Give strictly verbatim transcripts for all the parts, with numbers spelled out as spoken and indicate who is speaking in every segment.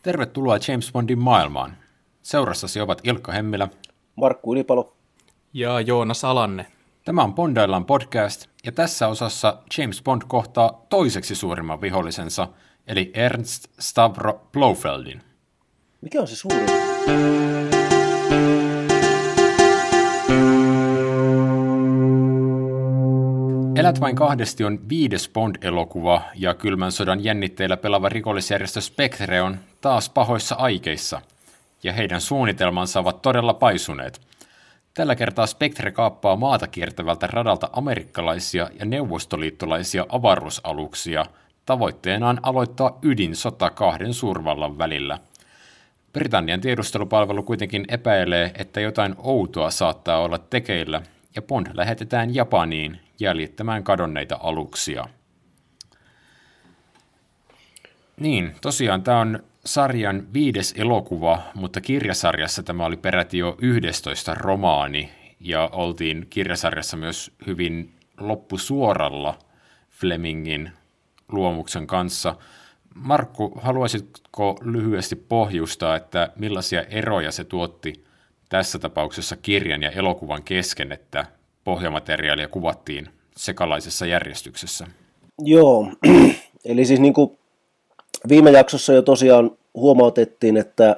Speaker 1: Tervetuloa James Bondin maailmaan. Seurassasi ovat Ilkka Hemmilä,
Speaker 2: Markku Ylipalo
Speaker 3: ja Joonas Alanne.
Speaker 1: Tämä on Bondaillaan podcast, ja tässä osassa James Bond kohtaa toiseksi suurimman vihollisensa, eli Ernst Stavro Blofeldin.
Speaker 2: Mikä on se suurin?
Speaker 1: Elät vain kahdesti on viides Bond-elokuva, ja kylmän sodan jännitteillä pelaava rikollisjärjestö Spectre on taas pahoissa aikeissa, ja heidän suunnitelmansa ovat todella paisuneet. Tällä kertaa Spectre kaappaa maata kiertävältä radalta amerikkalaisia ja neuvostoliittolaisia avaruusaluksia, tavoitteenaan aloittaa ydinsota kahden suurvallan välillä. Britannian tiedustelupalvelu kuitenkin epäilee, että jotain outoa saattaa olla tekeillä, ja Bond lähetetään Japaniin jäljittämään kadonneita aluksia. Niin, tosiaan tämä on sarjan viides elokuva, mutta kirjasarjassa tämä oli peräti jo yhdestoista romaani, ja oltiin kirjasarjassa myös hyvin loppusuoralla Flemingin luomuksen kanssa. Markku, haluaisitko lyhyesti pohjustaa, että millaisia eroja se tuotti tässä tapauksessa kirjan ja elokuvan kesken, että pohjamateriaalia kuvattiin sekalaisessa järjestyksessä?
Speaker 2: Joo, eli siis niin kuin viime jaksossa jo tosiaan huomautettiin, että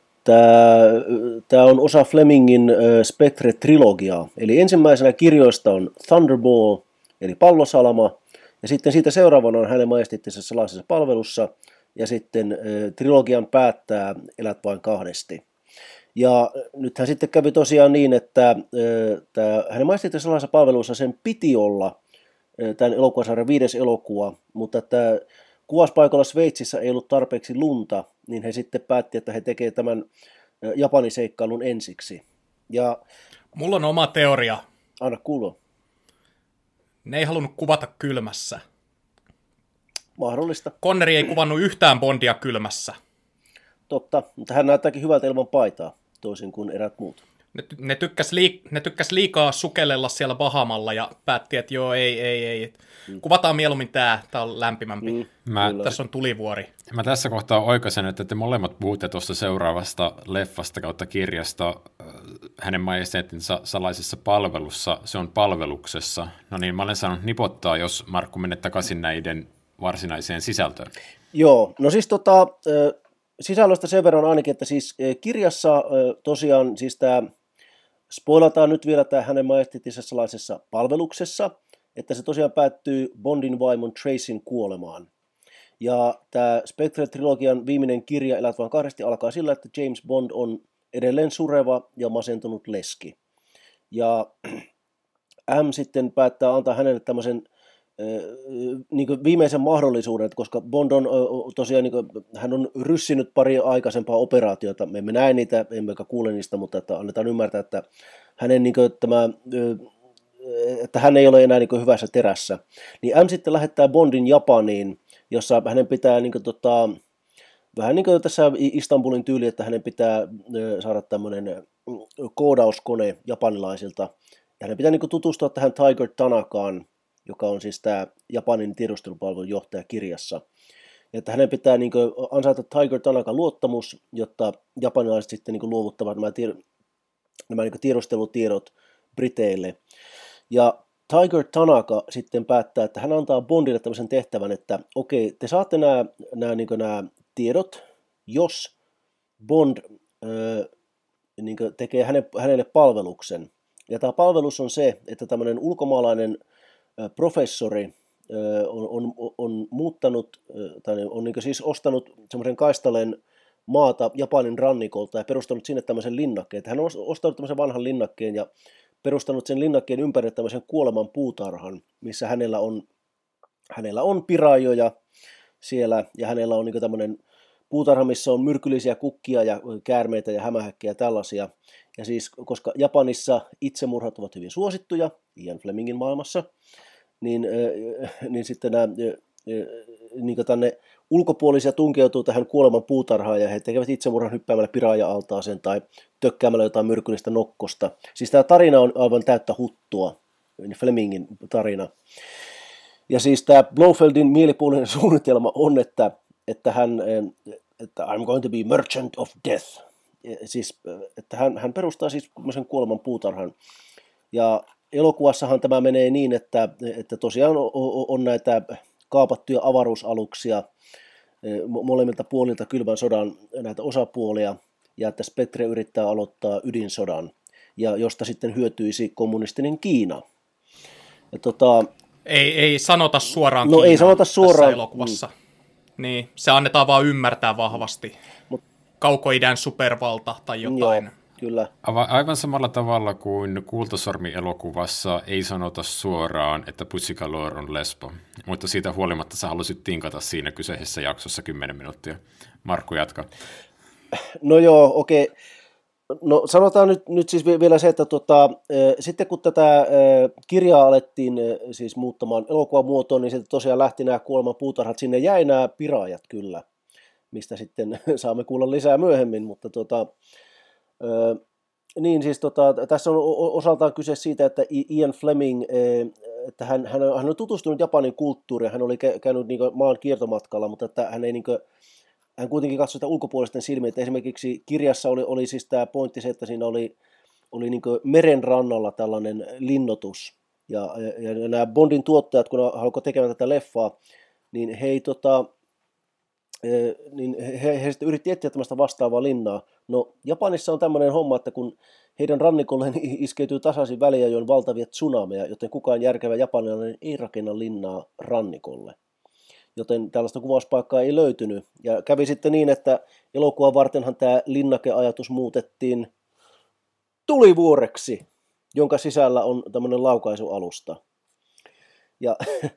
Speaker 2: tämä on osa Flemingin Spectre-trilogiaa. Eli ensimmäisenä kirjoista on Thunderball, eli pallosalama, ja sitten siitä seuraavana on hänen majestittinsa salaisessa palvelussa, ja sitten trilogian päättää Elät vain kahdesti. Ja nythän sitten kävi tosiaan niin, että tämä hänen majestittinsa salaisessa palvelussa sen piti olla tämän elokuvasarjan viides elokuva, mutta tämä kuvauspaikalla Sveitsissä ei ollut tarpeeksi lunta, niin he sitten päätti, että he tekevät tämän Japanin seikkailun ensiksi. Ja
Speaker 3: mulla on oma teoria.
Speaker 2: Anna kuulla.
Speaker 3: Ne ei halunnut kuvata kylmässä.
Speaker 2: Mahdollista.
Speaker 3: Connery ei kuvannut yhtään Bondia kylmässä.
Speaker 2: Totta, mutta hän näyttääkin hyvältä ilman paitaa, toisin kuin erät muut.
Speaker 3: Ne, ne, tykkäs liik, ne tykkäs liikaa sukellella siellä Bahamalla ja päätti, että joo, ei, ei, ei. Mm. Kuvataan mieluummin tää, tää on lämpimämpi. Mm, Mä, tässä on tulivuori.
Speaker 1: Mä tässä kohtaa oikaisen, että te molemmat puhutte tuosta seuraavasta leffasta kautta kirjasta hänen majesteettinsa salaisessa palvelussa. Se on palveluksessa. No niin, mä olen saanut nipottaa, jos Markku menee takaisin näiden varsinaiseen sisältöön.
Speaker 2: Joo, no siis tota, sisällöstä sen verran ainakin, että siis kirjassa tosiaan siis tämä spoilataan nyt vielä tämä hänen majesteettinsa salaisessa palveluksessa, että se tosiaan päättyy Bondin vaimon Tracyn kuolemaan. Ja tämä Spectre-trilogian viimeinen kirja Elät vain kahdesti alkaa sillä, että James Bond on edelleen sureva ja masentunut leski. Ja M sitten päättää antaa hänelle tämmöisen niin kuin viimeisen mahdollisuuden, koska Bond on tosiaan, niin kuin, hän on ryssinyt pari aikaisempaa operaatiota, me emme näe niitä, emmekä kuule niistä, mutta että annetaan ymmärtää, että, hänen, niin kuin, tämä, että hän ei ole enää niin kuin hyvässä terässä. Niin M sitten lähettää Bondin Japaniin, jossa hänen pitää niin kuin, tota, vähän niin kuin tässä Istanbulin tyyli, että hänen pitää saada tämmöinen koodauskone japanilaisilta, ja hänen pitää niin kuin, tutustua tähän Tiger Tanakaan, joka on siis tämä Japanin tiedustelupalvelun johtaja kirjassa. Ja että hänen pitää niin kuin ansaita Tiger Tanakan luottamus, jotta japanilaiset sitten niin kuin luovuttavat nämä, tied- nämä niin kuin tiedustelutiedot Briteille. Ja Tiger Tanaka sitten päättää, että hän antaa Bondille tämmöisen tehtävän, että okei, te saatte nämä, nämä, niin kuin nämä tiedot, jos Bond öö, niin kuin tekee hänen, hänelle palveluksen. Ja tämä palvelus on se, että tämmöinen ulkomaalainen professori on, on, on muuttanut, tai on niin siis ostanut semmoisen kaistaleen maata Japanin rannikolta ja perustanut sinne tämmöisen linnakkeen. Hän on ostanut tämmöisen vanhan linnakkeen ja perustanut sen linnakkeen ympärille tämmöisen kuoleman puutarhan, missä hänellä on, hänellä on piraajoja siellä ja hänellä on niin tämmöinen puutarha, missä on myrkyllisiä kukkia ja käärmeitä ja hämähäkkejä ja tällaisia. Ja siis, koska Japanissa itsemurhat ovat hyvin suosittuja, Ian Flemingin maailmassa, niin, niin sitten nämä niin tänne ulkopuolisia tunkeutuu tähän kuoleman puutarhaan ja he tekevät itsemurhan hyppäämällä piraaja-altaaseen tai tökkäämällä jotain myrkyllistä nokkosta. Siis tämä tarina on aivan täyttä huttua, Flemingin tarina. Ja siis tämä Blofeldin mielipuolinen suunnitelma on, että, että hän että I'm going to be merchant of death. Siis, että hän, hän perustaa siis sen kuoleman puutarhan. Ja elokuvassahan tämä menee niin, että, että tosiaan on, on näitä kaapattuja avaruusaluksia molemmilta puolilta kylmän sodan näitä osapuolia, ja että Spectre yrittää aloittaa ydinsodan, ja josta sitten hyötyisi kommunistinen Kiina. Ja tota,
Speaker 3: ei, ei sanota suoraan
Speaker 2: no,
Speaker 3: Kiinaa
Speaker 2: ei sanota suoraan,
Speaker 3: tässä elokuvassa. Mm. Niin, se annetaan vaan ymmärtää vahvasti. Mut, Kaukoidän supervalta tai jotain.
Speaker 2: Joo, kyllä.
Speaker 1: Aivan samalla tavalla kuin Kultasormi-elokuvassa ei sanota suoraan, että Pussy Galore on lesbo, mutta siitä huolimatta sä halusit tinkata siinä kyseisessä jaksossa kymmenen minuuttia. Markku, jatka.
Speaker 2: No joo, okei. Okay. No sanotaan nyt, nyt siis vielä se, että tota, äh, sitten kun tätä äh, kirjaa alettiin äh, siis muuttamaan elokuvamuotoon, niin sitten tosiaan lähti nämä kuoleman puutarhat, sinne jäi nämä piraajat kyllä, mistä sitten saamme kuulla lisää myöhemmin, mutta tota, äh, niin siis tota, tässä on osaltaan kyse siitä, että Ian Fleming, äh, että hän, hän, on, hän on tutustunut Japanin kulttuuriin, hän oli käynyt niin kuin maan kiertomatkalla, mutta että hän ei niin kuin, hän kuitenkin katsoi sitä ulkopuolisten silmiä, että esimerkiksi kirjassa oli, oli siis tämä pointti se, että siinä oli, oli niin kuin meren rannalla tällainen linnoitus. Ja, ja, ja nämä Bondin tuottajat, kun alkoi tekemään tätä leffaa, niin he, ei, tota, niin he, he sitten yritti etsiä tämmöistä vastaavaa linnaa. No Japanissa on tämmöinen homma, että kun heidän rannikolleen iskeytyy tasaisin väliä, jo on valtavia tsunameja, joten kukaan järkevä japanilainen ei rakenna linnaa rannikolle. Joten tällaista kuvauspaikkaa ei löytynyt. Ja kävi sitten niin, että elokuvan vartenhan tämä linnakeajatus muutettiin tulivuoreksi, jonka sisällä on tämmöinen laukaisualusta. Ja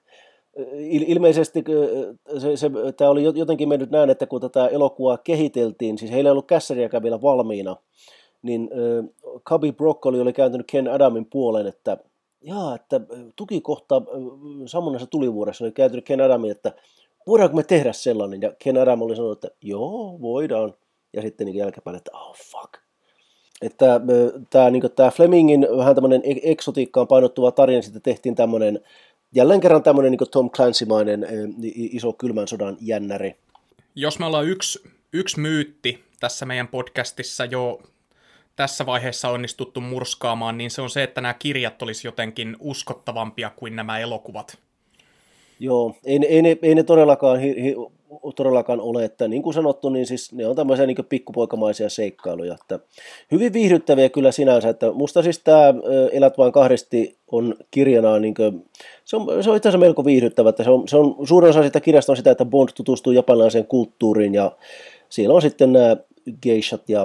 Speaker 2: ilmeisesti se, se, tämä oli jotenkin mennyt näin, että kun tätä elokuvaa kehiteltiin, siis heillä ei ollut kässäriäkään vielä valmiina, niin äh, Cubby Broccoli oli kääntynyt Ken Adamin puoleen, että jaa, että tukikohta sammuneessa tulivuoressa oli kääntynyt Ken Adamin, että voidaanko me tehdä sellainen? Ja Ken Adam oli sanonut, että joo, voidaan. Ja sitten niin jälkeenpäin, että oh fuck. Että tämä niin Flemingin vähän tämmöinen eksotiikkaan painottuva tarina, sitten tehtiin tämmöinen, jälleen kerran tämmöinen niin Tom Clancy-mainen iso kylmän sodan jännäri.
Speaker 3: Jos me ollaan yksi, yksi myytti tässä meidän podcastissa jo tässä vaiheessa onnistuttu murskaamaan, niin se on se, että nämä kirjat olisi jotenkin uskottavampia kuin nämä elokuvat.
Speaker 2: Joo, ei, ei, ne, ei ne todellakaan, hi, hi, todellakaan ole, että niin kuin sanottu, niin siis ne on tämmöisiä niin pikkupoikamaisia seikkailuja, että hyvin viihdyttäviä kyllä sinänsä, että musta siis tämä Elät vain kahdesti on kirjana, niin kuin, se, on, se on itse asiassa melko viihdyttävä, että se on, se on, suurin osa sitä kirjasta on sitä, että Bond tutustuu japanilaiseen kulttuuriin ja siellä on sitten nämä geishat ja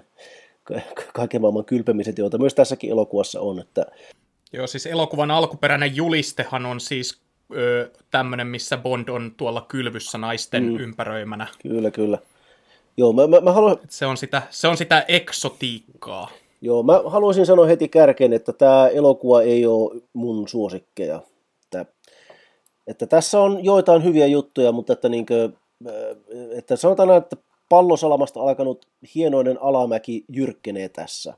Speaker 2: kaiken maailman kylpemiset, joita myös tässäkin elokuvassa on. Että
Speaker 3: joo, siis elokuvan alkuperäinen julistehan on siis öö, tämmöinen, missä Bond on tuolla kylvyssä naisten mm. ympäröimänä.
Speaker 2: Kyllä, kyllä. Joo, mä, mä, mä haluan...
Speaker 3: se, on sitä, se on sitä eksotiikkaa.
Speaker 2: Joo, mä haluaisin sanoa heti kärkeen, että tämä elokuva ei ole mun suosikkeja. Että, että tässä on joitain hyviä juttuja, mutta että, niinkö, että sanotaan näin, että Pallosalamasta alkanut hienoinen alamäki jyrkkenee tässä.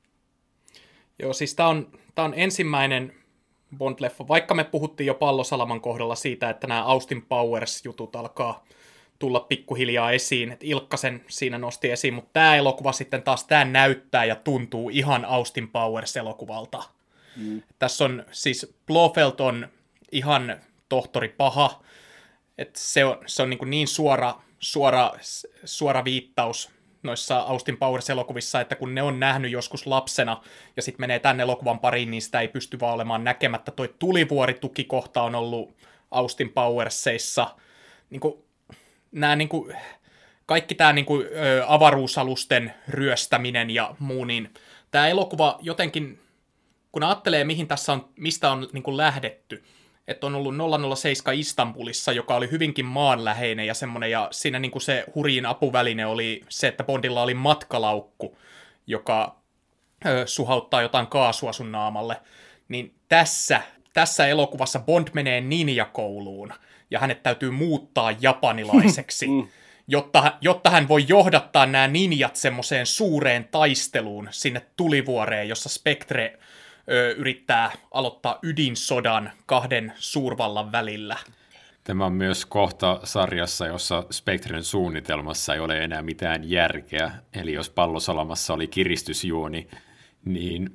Speaker 3: Joo, siis tämä on, tää on ensimmäinen Bond-leffa, vaikka me puhuttiin jo Pallosalaman kohdalla siitä, että nämä Austin Powers-jutut alkaa tulla pikkuhiljaa esiin, että Ilkkasen siinä nosti esiin, mutta tämä elokuva sitten taas, tämä näyttää ja tuntuu ihan Austin Powers-elokuvalta. Mm. Tässä on siis Blofeld on ihan tohtori paha, että se on, se on niin, niin suora, suora, suora viittaus noissa Austin Powers-elokuvissa, että kun ne on nähnyt joskus lapsena ja sitten menee tänne elokuvan pariin, niin sitä ei pysty vaan olemaan näkemättä. Toi tulivuoritukikohta on ollut Austin Powersseissa. Niin kuin, nämä, niin kuin, kaikki tämä niin kuin, ö, avaruusalusten ryöstäminen ja muu, niin tämä elokuva jotenkin, kun ajattelee, mihin tässä on, mistä on niin kuin lähdetty, että on ollut nolla nolla seitsemän Istanbulissa, joka oli hyvinkin maanläheinen ja semmoinen, ja siinä niin kuin se hurjin apuväline oli se, että Bondilla oli matkalaukku, joka ö, suhauttaa jotain kaasua sun naamalle. Niin tässä, tässä elokuvassa Bond menee ninjakouluun, ja hänet täytyy muuttaa japanilaiseksi, jotta, jotta hän voi johdattaa nämä ninjat semmoiseen suureen taisteluun sinne tulivuoreen, jossa Spectre Ö, yrittää aloittaa ydinsodan kahden suurvallan välillä.
Speaker 1: Tämä on myös kohta sarjassa, jossa Spectren suunnitelmassa ei ole enää mitään järkeä. Eli jos Pallosalamassa oli kiristysjuoni, niin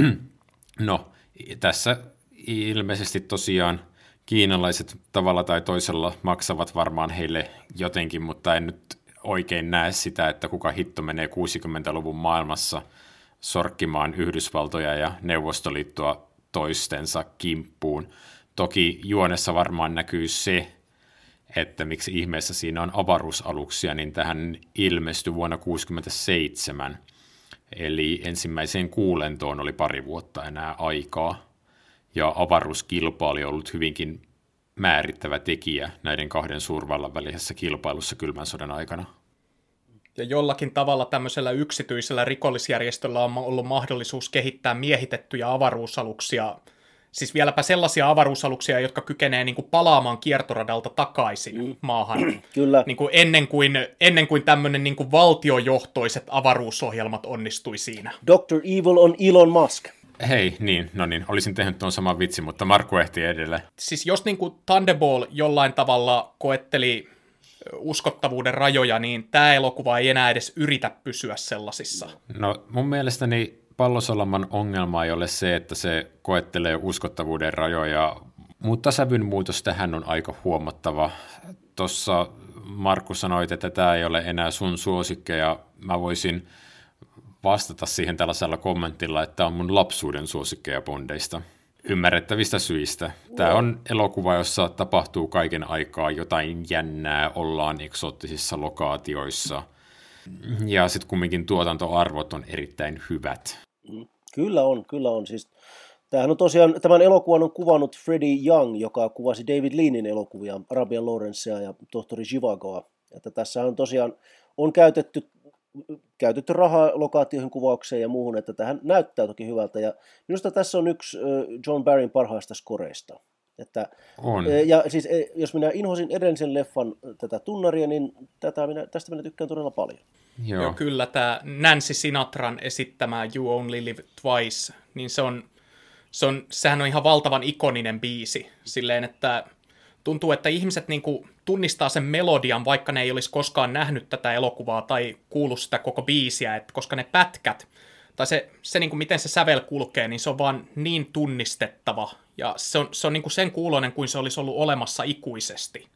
Speaker 1: no, tässä ilmeisesti tosiaan kiinalaiset tavalla tai toisella maksavat varmaan heille jotenkin, mutta en nyt oikein näe sitä, että kuka hitto menee kuusikymmentäluvun maailmassa sorkkimaan Yhdysvaltoja ja Neuvostoliittoa toistensa kimppuun. Toki juonessa varmaan näkyy se, että miksi ihmeessä siinä on avaruusaluksia, niin tähän ilmestyi vuonna tuhatyhdeksänsataakuusikymmentäseitsemän. Eli ensimmäiseen kuulentoon oli pari vuotta enää aikaa. Ja avaruuskilpa oli ollut hyvinkin määrittävä tekijä näiden kahden suurvallan välisessä kilpailussa kylmän sodan aikana.
Speaker 3: Ja jollakin tavalla tämmöisellä yksityisellä rikollisjärjestöllä on ollut mahdollisuus kehittää miehitettyjä avaruusaluksia, siis vieläpä sellaisia avaruusaluksia, jotka kykenee niin kuin palaamaan kiertoradalta takaisin mm. maahan.
Speaker 2: Kyllä.
Speaker 3: Niin kuin ennen kuin, ennen kuin tämmöinen niin kuin valtiojohtoiset avaruusohjelmat onnistui siinä.
Speaker 2: doctor Evil on Elon Musk.
Speaker 1: Hei, niin, no niin, olisin tehnyt tuon saman vitsi, mutta Markku ehti edelleen.
Speaker 3: Siis jos niin kuin Thunderball jollain tavalla koetteli uskottavuuden rajoja, niin tämä elokuva ei enää edes yritä pysyä sellaisissa.
Speaker 1: No mun mielestäni Pallosalaman ongelma ei ole se, että se koettelee uskottavuuden rajoja, mutta sävyn muutos tähän on aika huomattava. Tuossa Markku sanoit, että tämä ei ole enää sun suosikkeja. Mä voisin vastata siihen tällaisella kommentilla, että on mun lapsuuden suosikkeja Bondeista. Ymmärrettävistä syistä. Tämä on elokuva, jossa tapahtuu kaiken aikaa jotain jännää, ollaan eksoottisissa lokaatioissa. Ja sitten kumminkin tuotantoarvot on erittäin hyvät.
Speaker 2: Kyllä on, kyllä on. Siis, tämähän on tosiaan, tämän elokuvan on kuvannut Freddie Young, joka kuvasi David Leanin elokuvia, Arabian Lawrencea ja tohtori Zhivagoa. Että tässä on tosiaan on käytetty, käytetty rahaa lokaatioihin, kuvaukseen ja muuhun, että tähän näyttää toki hyvältä. Ja minusta tässä on yksi John Barryn parhaista skoreista. Että,
Speaker 1: on.
Speaker 2: Ja siis jos minä inhosin edellisen leffan tätä tunnaria, niin tätä minä, tästä minä tykkään todella paljon.
Speaker 3: Joo. Joo, kyllä tämä Nancy Sinatran esittämä You Only Live Twice, niin se on, se on, sehän on ihan valtavan ikoninen biisi, silleen, että tuntuu, että ihmiset niinku tunnistaa sen melodian, vaikka ne ei olisi koskaan nähnyt tätä elokuvaa tai kuullut sitä koko biisiä, että koska ne pätkät, tai se, se niinku miten se sävel kulkee, niin se on vaan niin tunnistettava, ja se on, se on niinku sen kuuloinen kuin se olisi ollut olemassa ikuisesti.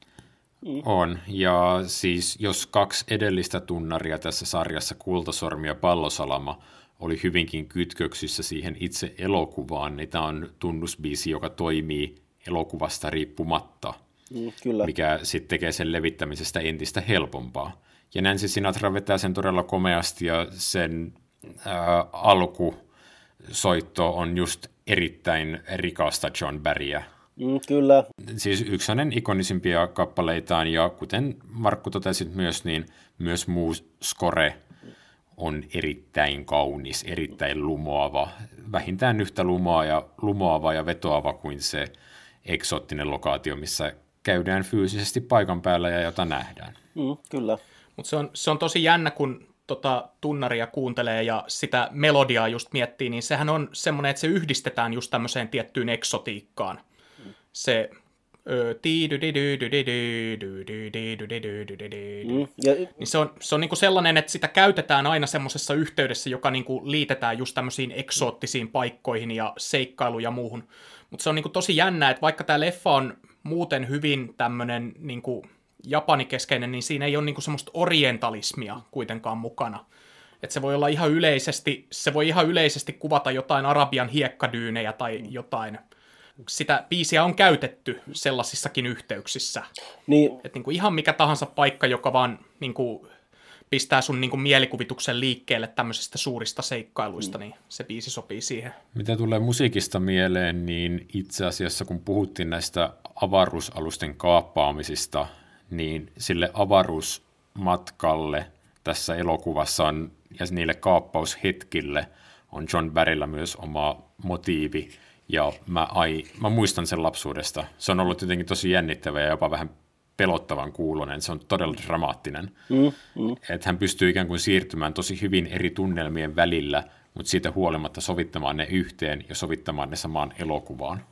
Speaker 1: On, ja siis jos kaksi edellistä tunnaria tässä sarjassa, Kultasormi ja Pallosalama, oli hyvinkin kytköksissä siihen itse elokuvaan, niin tämä on tunnusbiisi, joka toimii elokuvasta riippumatta,
Speaker 2: mm, kyllä.
Speaker 1: mikä sitten tekee sen levittämisestä entistä helpompaa. Ja Nancy Sinatra vetää sen todella komeasti, ja sen ää, alkusoitto on just erittäin rikasta John Barryä.
Speaker 2: Mm, kyllä.
Speaker 1: Siis yksi hänen ikonisimpia kappaleitaan, ja kuten Markku totesit myös, niin myös muu score on erittäin kaunis, erittäin lumoava, vähintään yhtä lumoa ja, lumoava ja vetoava kuin se eksoottinen lokaatio, missä käydään fyysisesti paikan päällä ja jota nähdään.
Speaker 2: Mm, kyllä.
Speaker 3: Mutta se on, se on tosi jännä, kun tota tunnaria kuuntelee ja sitä melodiaa just miettii, niin sehän on semmoinen, että se yhdistetään just tämmöiseen tiettyyn eksotiikkaan. Se niin se on, se on niinku sellainen, että sitä käytetään aina semmoisessa yhteydessä, joka niinku liitetään just tämmöisiin eksoottisiin paikkoihin ja seikkailuun ja muuhun. Mutta se on niinku tosi jännä, että vaikka tämä leffa on muuten hyvin tämmöinen niinku japanikeskeinen, niin siinä ei ole niinku semmoista orientalismia kuitenkaan mukana. Että se voi olla ihan yleisesti, se voi ihan yleisesti kuvata jotain Arabian hiekkadyynejä tai jotain. Sitä biisiä on käytetty sellaisissakin yhteyksissä.
Speaker 2: Niin.
Speaker 3: Että niinku ihan mikä tahansa paikka, joka vaan niinku pistää sun niinku mielikuvituksen liikkeelle tämmöisistä suurista seikkailuista, mm. niin se biisi sopii siihen.
Speaker 1: Mitä tulee musiikista mieleen, niin itse asiassa kun puhuttiin näistä avaruusalusten kaappaamisista, niin sille avaruusmatkalle tässä elokuvassa on, ja niille kaappaushetkille on John Barryllä myös oma motiivi. Ja mä, ai, mä muistan sen lapsuudesta. Se on ollut jotenkin tosi jännittävä ja jopa vähän pelottavan kuulonen. Se on todella dramaattinen. Mm, mm. Että hän pystyy ikään kuin siirtymään tosi hyvin eri tunnelmien välillä, mutta siitä huolimatta sovittamaan ne yhteen ja sovittamaan ne samaan elokuvaan.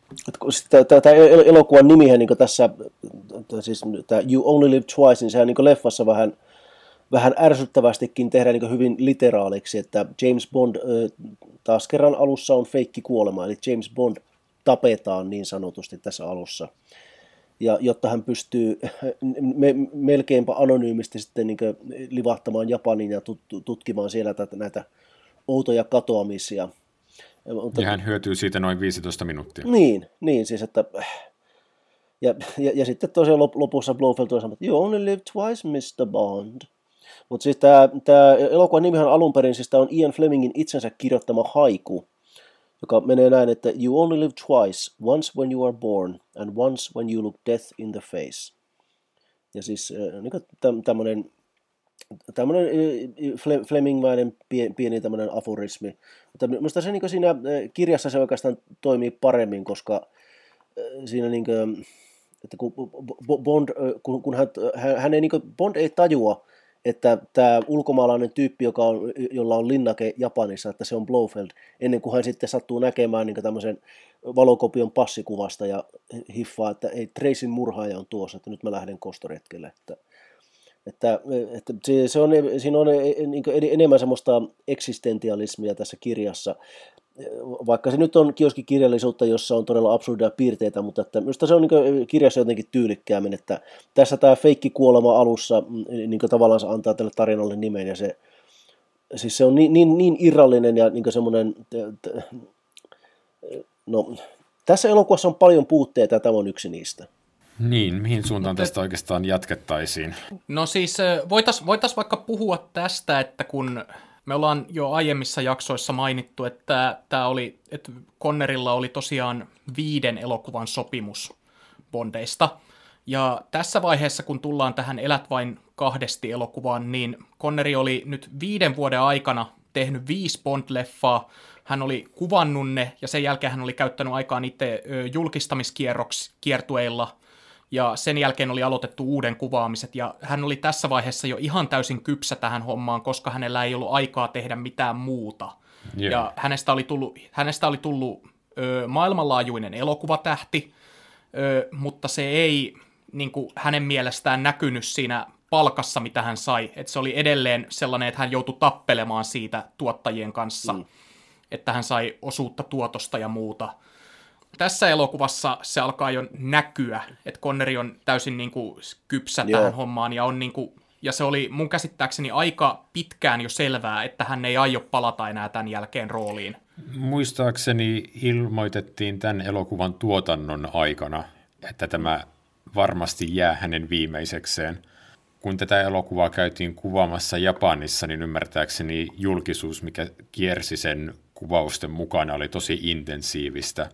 Speaker 2: Tämä elokuvan nimihän niin tässä, siis tämä You Only Live Twice, niin sehän niin leffassa vähän, vähän ärsyttävästikin tehdään niin hyvin literaaliksi, että James Bond taas kerran alussa on feikki kuolema, eli James Bond tapetaan niin sanotusti tässä alussa. Ja jotta hän pystyy me, melkeinpä anonyymisti sitten niin livahtamaan Japaniin ja tutkimaan siellä näitä outoja katoamisia.
Speaker 1: Ja hän hyötyy siitä noin viisitoista minuuttia.
Speaker 2: Niin, niin siis, että... Ja, ja, ja sitten tosiaan lopussa Blofeld on sanonut, että you only live twice, mister Bond. Mutta siis tämä, tämä elokuvan nimihän alun perin, siis tämä on Ian Flemingin itsensä kirjoittama haiku, joka menee näin, että you only live twice, once when you are born, and once when you look death in the face. Ja siis niin tämmöinen... Tämmöinen Flemingmäinen pieni tämmöinen aforismi. Mutta minusta se niin siinä kirjassa se oikeastaan toimii paremmin, koska siinä niin kuin, että kun Bond, kun, kun hän, hän ei, niin kuin, Bond ei tajua, että tämä ulkomaalainen tyyppi, joka on, jolla on linnake Japanissa, että se on Blofeld, ennen kuin hän sitten sattuu näkemään niin tämmöisen valokopion passikuvasta ja hiffaa, että ei, Tracyn murhaaja on tuossa, että nyt mä lähden kostoretkelle. Että Että, että se on, siinä on niin enemmän semmoista eksistentialismia tässä kirjassa, vaikka se nyt on kioskikirjallisuutta, jossa on todella absurdia piirteitä, mutta että minusta se on niin kirjassa jotenkin tyylikkäämmin, että tässä tämä feikki kuolema alussa niin tavallaan se antaa tälle tarinalle nimen, ja se, siis se on niin, niin, niin irrallinen ja niin semmoinen, no tässä elokuvassa on paljon puutteita ja tämä on yksi niistä.
Speaker 1: Niin, mihin suuntaan tästä oikeastaan jatkettaisiin?
Speaker 3: No siis voitaisiin voitais vaikka puhua tästä, että kun me ollaan jo aiemmissa jaksoissa mainittu, että, tää oli, että Connerilla oli tosiaan viiden elokuvan sopimus Bondeista. Ja tässä vaiheessa, kun tullaan tähän Elät vain kahdesti -elokuvaan, niin Connery oli nyt viiden vuoden aikana tehnyt viisi Bond-leffaa. Hän oli kuvannut ne, ja sen jälkeen hän oli käyttänyt aikaa niiden julkistamiskiertueilla, ja sen jälkeen oli aloitettu uuden kuvaamiset, ja hän oli tässä vaiheessa jo ihan täysin kypsä tähän hommaan, koska hänellä ei ollut aikaa tehdä mitään muuta. Yeah. Ja hänestä oli tullut, hänestä oli tullut ö, maailmanlaajuinen elokuvatähti, ö, mutta se ei niin kuin hänen mielestään näkynyt siinä palkassa, mitä hän sai. Että se oli edelleen sellainen, että hän joutui tappelemaan siitä tuottajien kanssa, mm. että hän sai osuutta tuotosta ja muuta. Tässä elokuvassa se alkaa jo näkyä, että Connery on täysin niin kuin kypsä Joo. tähän hommaan, ja, on niin kuin, ja se oli mun käsittääkseni aika pitkään jo selvää, että hän ei aio palata enää tämän jälkeen rooliin.
Speaker 1: Muistaakseni ilmoitettiin tämän elokuvan tuotannon aikana, että tämä varmasti jää hänen viimeisekseen. Kun tätä elokuvaa käytiin kuvaamassa Japanissa, niin ymmärtääkseni julkisuus, mikä kiersi sen kuvausten mukana, oli tosi intensiivistä.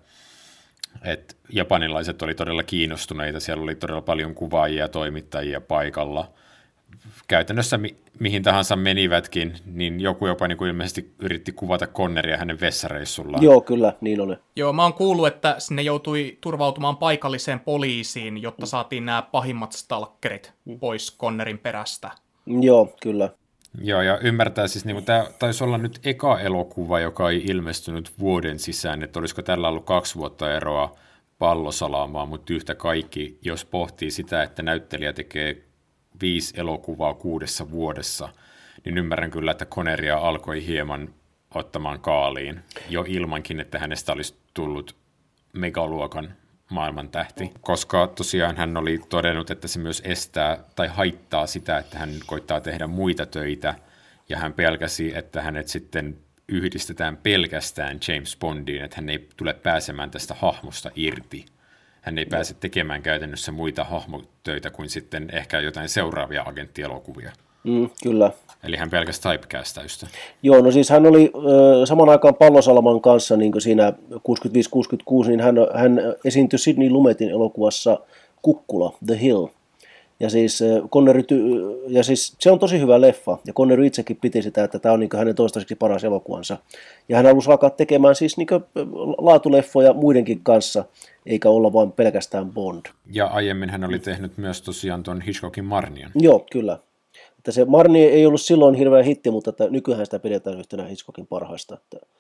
Speaker 1: Et japanilaiset oli todella kiinnostuneita, siellä oli todella paljon kuvaajia ja toimittajia paikalla. Käytännössä mi- mihin tahansa menivätkin, niin joku jopa niin kuin ilmeisesti yritti kuvata Conneria hänen vessareissullaan.
Speaker 2: Joo, kyllä, niin oli.
Speaker 3: Joo, mä oon kuullut, että sinne joutui turvautumaan paikalliseen poliisiin, jotta saatiin nämä pahimmat stalkerit pois Connerin perästä.
Speaker 2: Joo, kyllä.
Speaker 1: Joo, ja ymmärtää siis, niin tämä taisi olla nyt eka elokuva, joka ei ilmestynyt vuoden sisään, että olisiko tällä ollut kaksi vuotta eroa Pallosalamaa, mutta yhtä kaikki, jos pohtii sitä, että näyttelijä tekee viisi elokuvaa kuudessa vuodessa, niin ymmärrän kyllä, että Conneria alkoi hieman ottamaan kaaliin, jo ilmankin, että hänestä olisi tullut megaluokan maailmantähti, koska tosiaan hän oli todennut, että se myös estää tai haittaa sitä, että hän koittaa tehdä muita töitä, ja hän pelkäsi, että hänet sitten yhdistetään pelkästään James Bondiin, että hän ei tule pääsemään tästä hahmosta irti. Hän ei pääse tekemään käytännössä muita hahmotöitä kuin sitten ehkä jotain seuraavia agenttielokuvia.
Speaker 2: Mm, kyllä.
Speaker 1: Eli hän pelkästään typecastaista.
Speaker 2: Joo, no siis hän oli äh, saman aikaan Pallosalaman kanssa niin kuin siinä kuusikymmentäviisi kuusikymmentäkuusi, niin hän, hän esiintyi Sidney Lumetin elokuvassa Kukkula, The Hill. Ja siis, äh, Connery, ja siis se on tosi hyvä leffa, ja Connery itsekin piti sitä, että tämä on niin kuin hänen toistaiseksi paras elokuvansa. Ja hän halusi alkaa tekemään siis niin kuin laatuleffoja muidenkin kanssa, eikä olla vain pelkästään Bond.
Speaker 1: Ja aiemmin hän oli tehnyt myös tosiaan tuon Hitchcockin Marnian.
Speaker 2: Joo, kyllä. Että se Marni ei ollut silloin hirveä hitti, mutta että nykyään sitä pidetään yhtenä Hitchcockin parhaista. Että,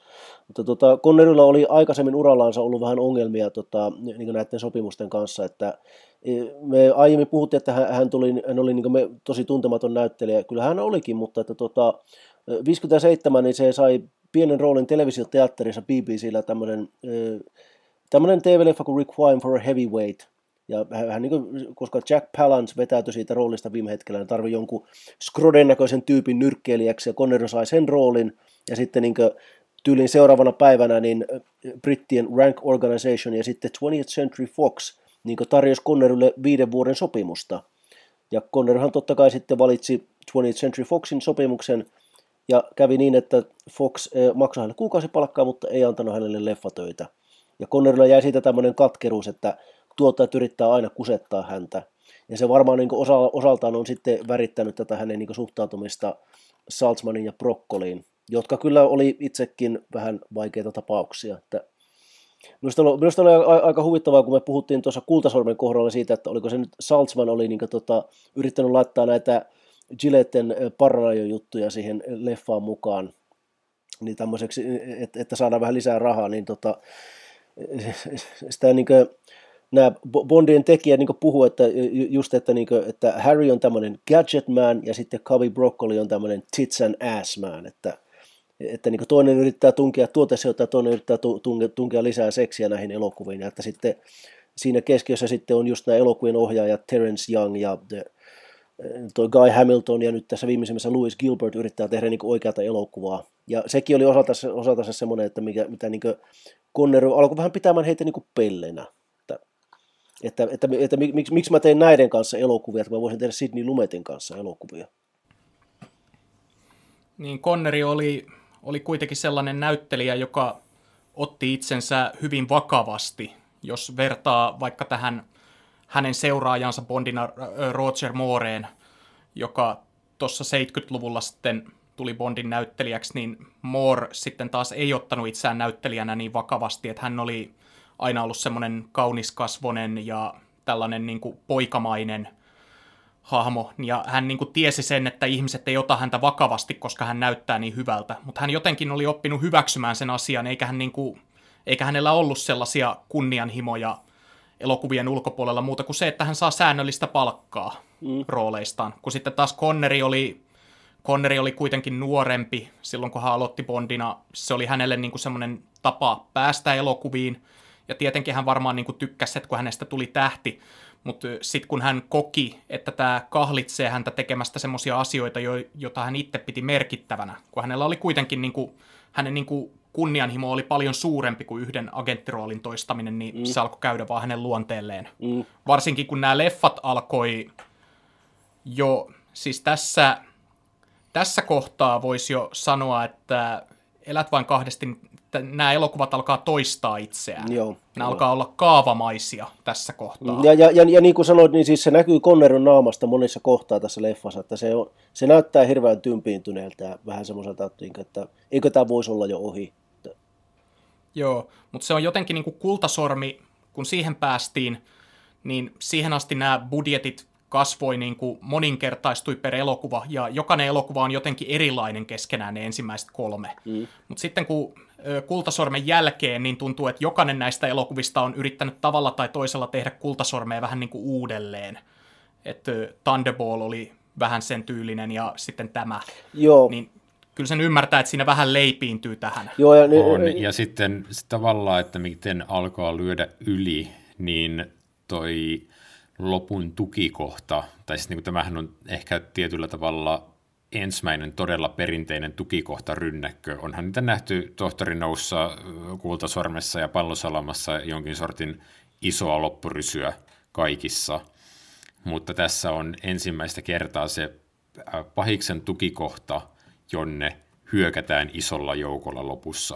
Speaker 2: Mutta tota, Connerylla oli aikaisemmin urallaansa ollut vähän ongelmia tota, niin näiden sopimusten kanssa, että me aiemmin puhuttiin, että hän, hän, tuli, hän oli niin me, tosi tuntematon näyttelijä, kyllä hän olikin, mutta että tota, viisikymmentäseitsemän niin se sai pienen roolin televisioteatterissa B B C:llä tämmöinen, tämmöinen T V-leffa kuin Requiem for a Heavyweight. Ja hän, hän, niin kuin, koska Jack Palance vetäytyi siitä roolista viime hetkellä, hän tarvitsi jonkun Skroden näköisen tyypin nyrkkeilijäksi, ja Connery sai sen roolin, ja sitten niin kuin, tyylin seuraavana päivänä niin brittien Rank Organization ja sitten twentieth Century Fox niin tarjosi Connerylle viiden vuoden sopimusta. Ja Conneryhan totta kai sitten valitsi twentieth Century Foxin sopimuksen, ja kävi niin, että Fox maksoi hänelle kuukausipalkkaa, mutta ei antanut hänelle leffatöitä. Ja Connerylla jäi siitä tämmöinen katkeruus, että tuottajat yrittää aina kusettaa häntä. Ja se varmaan niin osa, osaltaan on sitten värittänyt tätä hänen niin suhtautumista Saltzmanin ja Broccoliin, jotka kyllä oli itsekin vähän vaikeita tapauksia. Että minusta, oli, minusta oli aika huvittavaa, kun me puhuttiin tuossa Kultasormen kohdalla siitä, että oliko se nyt Saltzman oli niin tota, yrittänyt laittaa näitä Gilletten paranajo-juttuja siihen leffaan mukaan, niin tämmöiseksi, että, että saadaan vähän lisää rahaa, niin tota, sitä niin kuin, nämä Bondien tekijät niin puhuu, että just, että, niin kuin, että Harry on tämmöinen gadget man ja sitten Cubby Broccoli on tämmöinen tits and ass man, että, että niin toinen yrittää tunkea tuotesijoittaa ja toinen yrittää tunkea, tunkea lisää seksiä näihin elokuviin, ja että sitten siinä keskiössä sitten on just nämä elokuvien ohjaajat Terence Young ja toi Guy Hamilton ja nyt tässä viimeisimmässä Louis Gilbert yrittää tehdä niin oikeata elokuvaa. Ja sekin oli osaltansa, osaltansa semmoinen, että mikä, mitä niin Connery alkoi vähän pitämään heitä niin pellenä. Että, että, että, että miksi, miksi mä tein näiden kanssa elokuvia, että mä voisin tehdä Sidney Lumetin kanssa elokuvia.
Speaker 3: Niin Connery oli, oli kuitenkin sellainen näyttelijä, joka otti itsensä hyvin vakavasti, jos vertaa vaikka tähän hänen seuraajansa Bondina Roger Mooreen, joka tuossa seitsemänkymmentäluvulla sitten tuli Bondin näyttelijäksi, niin Moore sitten taas ei ottanut itseään näyttelijänä niin vakavasti, että hän oli aina ollut semmoinen kauniskasvoinen ja tällainen niin kuin poikamainen hahmo, ja hän niin kuin tiesi sen, että ihmiset ei ota häntä vakavasti, koska hän näyttää niin hyvältä, mutta hän jotenkin oli oppinut hyväksymään sen asian, eikä, hän niin kuin, eikä hänellä ollut sellaisia kunnianhimoja elokuvien ulkopuolella muuta kuin se, että hän saa säännöllistä palkkaa mm. rooleistaan. Kun sitten taas Connery oli, Connery oli kuitenkin nuorempi silloin, kun hän aloitti Bondina. Se oli hänelle niin kuin semmoinen tapa päästä elokuviin. Ja tietenkin hän varmaan niin kuin tykkäsi, että kun hänestä tuli tähti. Mutta sitten kun hän koki, että tämä kahlitsee häntä tekemästä semmoisia asioita, joita hän itse piti merkittävänä. Kun hänellä oli kuitenkin niin kuin, hänen niin kuin kunnianhimo oli paljon suurempi kuin yhden agenttiroolin toistaminen, niin mm. se alkoi käydä vaan hänen luonteelleen. Mm. Varsinkin kun nämä leffat alkoi jo, siis tässä, tässä kohtaa voisi jo sanoa, että Elät vain kahdesti, nämä elokuvat alkaa toistaa itseään. Joo, nämä joo. alkaa olla kaavamaisia tässä kohtaa.
Speaker 2: Ja, ja, ja, ja niin kuin sanoit, niin siis se näkyy Conneryn naamasta monissa kohtaa tässä leffassa, että se, on, se näyttää hirveän tympiintyneeltä ja vähän semmoiselta, että eikö tämä voisi olla jo ohi.
Speaker 3: Joo, mutta se on jotenkin niin kuin kultasormi, kun siihen päästiin, niin siihen asti nämä budjetit kasvoi niin kuin moninkertaistui per elokuva, ja jokainen elokuva on jotenkin erilainen keskenään ne ensimmäiset kolme. Mm. Mutta sitten kun Kultasormen jälkeen, niin tuntuu, että jokainen näistä elokuvista on yrittänyt tavalla tai toisella tehdä Kultasormea vähän niin kuin uudelleen. Että Thunderball oli vähän sen tyylinen, ja sitten tämä.
Speaker 2: Joo.
Speaker 3: Niin kyllä sen ymmärtää, että siinä vähän leipiintyy tähän.
Speaker 2: Joo, ja, niin,
Speaker 1: on. Ja sitten tavallaan, että miten alkaa lyödä yli, niin toi lopun tukikohta, tai siis niin kuin tämähän on ehkä tietyllä tavalla ensimmäinen todella perinteinen tukikohta rynnäkkö. Onhan niitä nähty Tohtori Noussa, Kultasormessa ja Pallosalamassa jonkin sortin isoa loppurysyä kaikissa, mutta tässä on ensimmäistä kertaa se pahiksen tukikohta, jonne hyökätään isolla joukolla lopussa,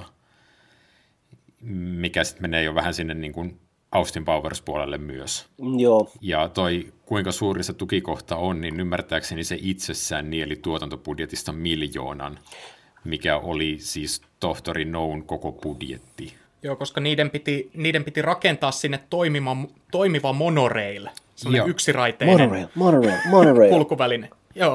Speaker 1: mikä sitten menee jo vähän sinne niin kuin Austin Powers-puolelle myös.
Speaker 2: Joo.
Speaker 1: Ja toi, kuinka suuri se tukikohta on, niin ymmärtääkseni se itsessään nieli tuotantobudjetista miljoonan, mikä oli siis Tohtori Noun koko budjetti.
Speaker 3: Joo, koska niiden piti, niiden piti rakentaa sinne toimiva, toimiva monorail, sellainen yksiraiteinen
Speaker 2: monorail, monorail, monorail.
Speaker 3: kulkuväline. Joo.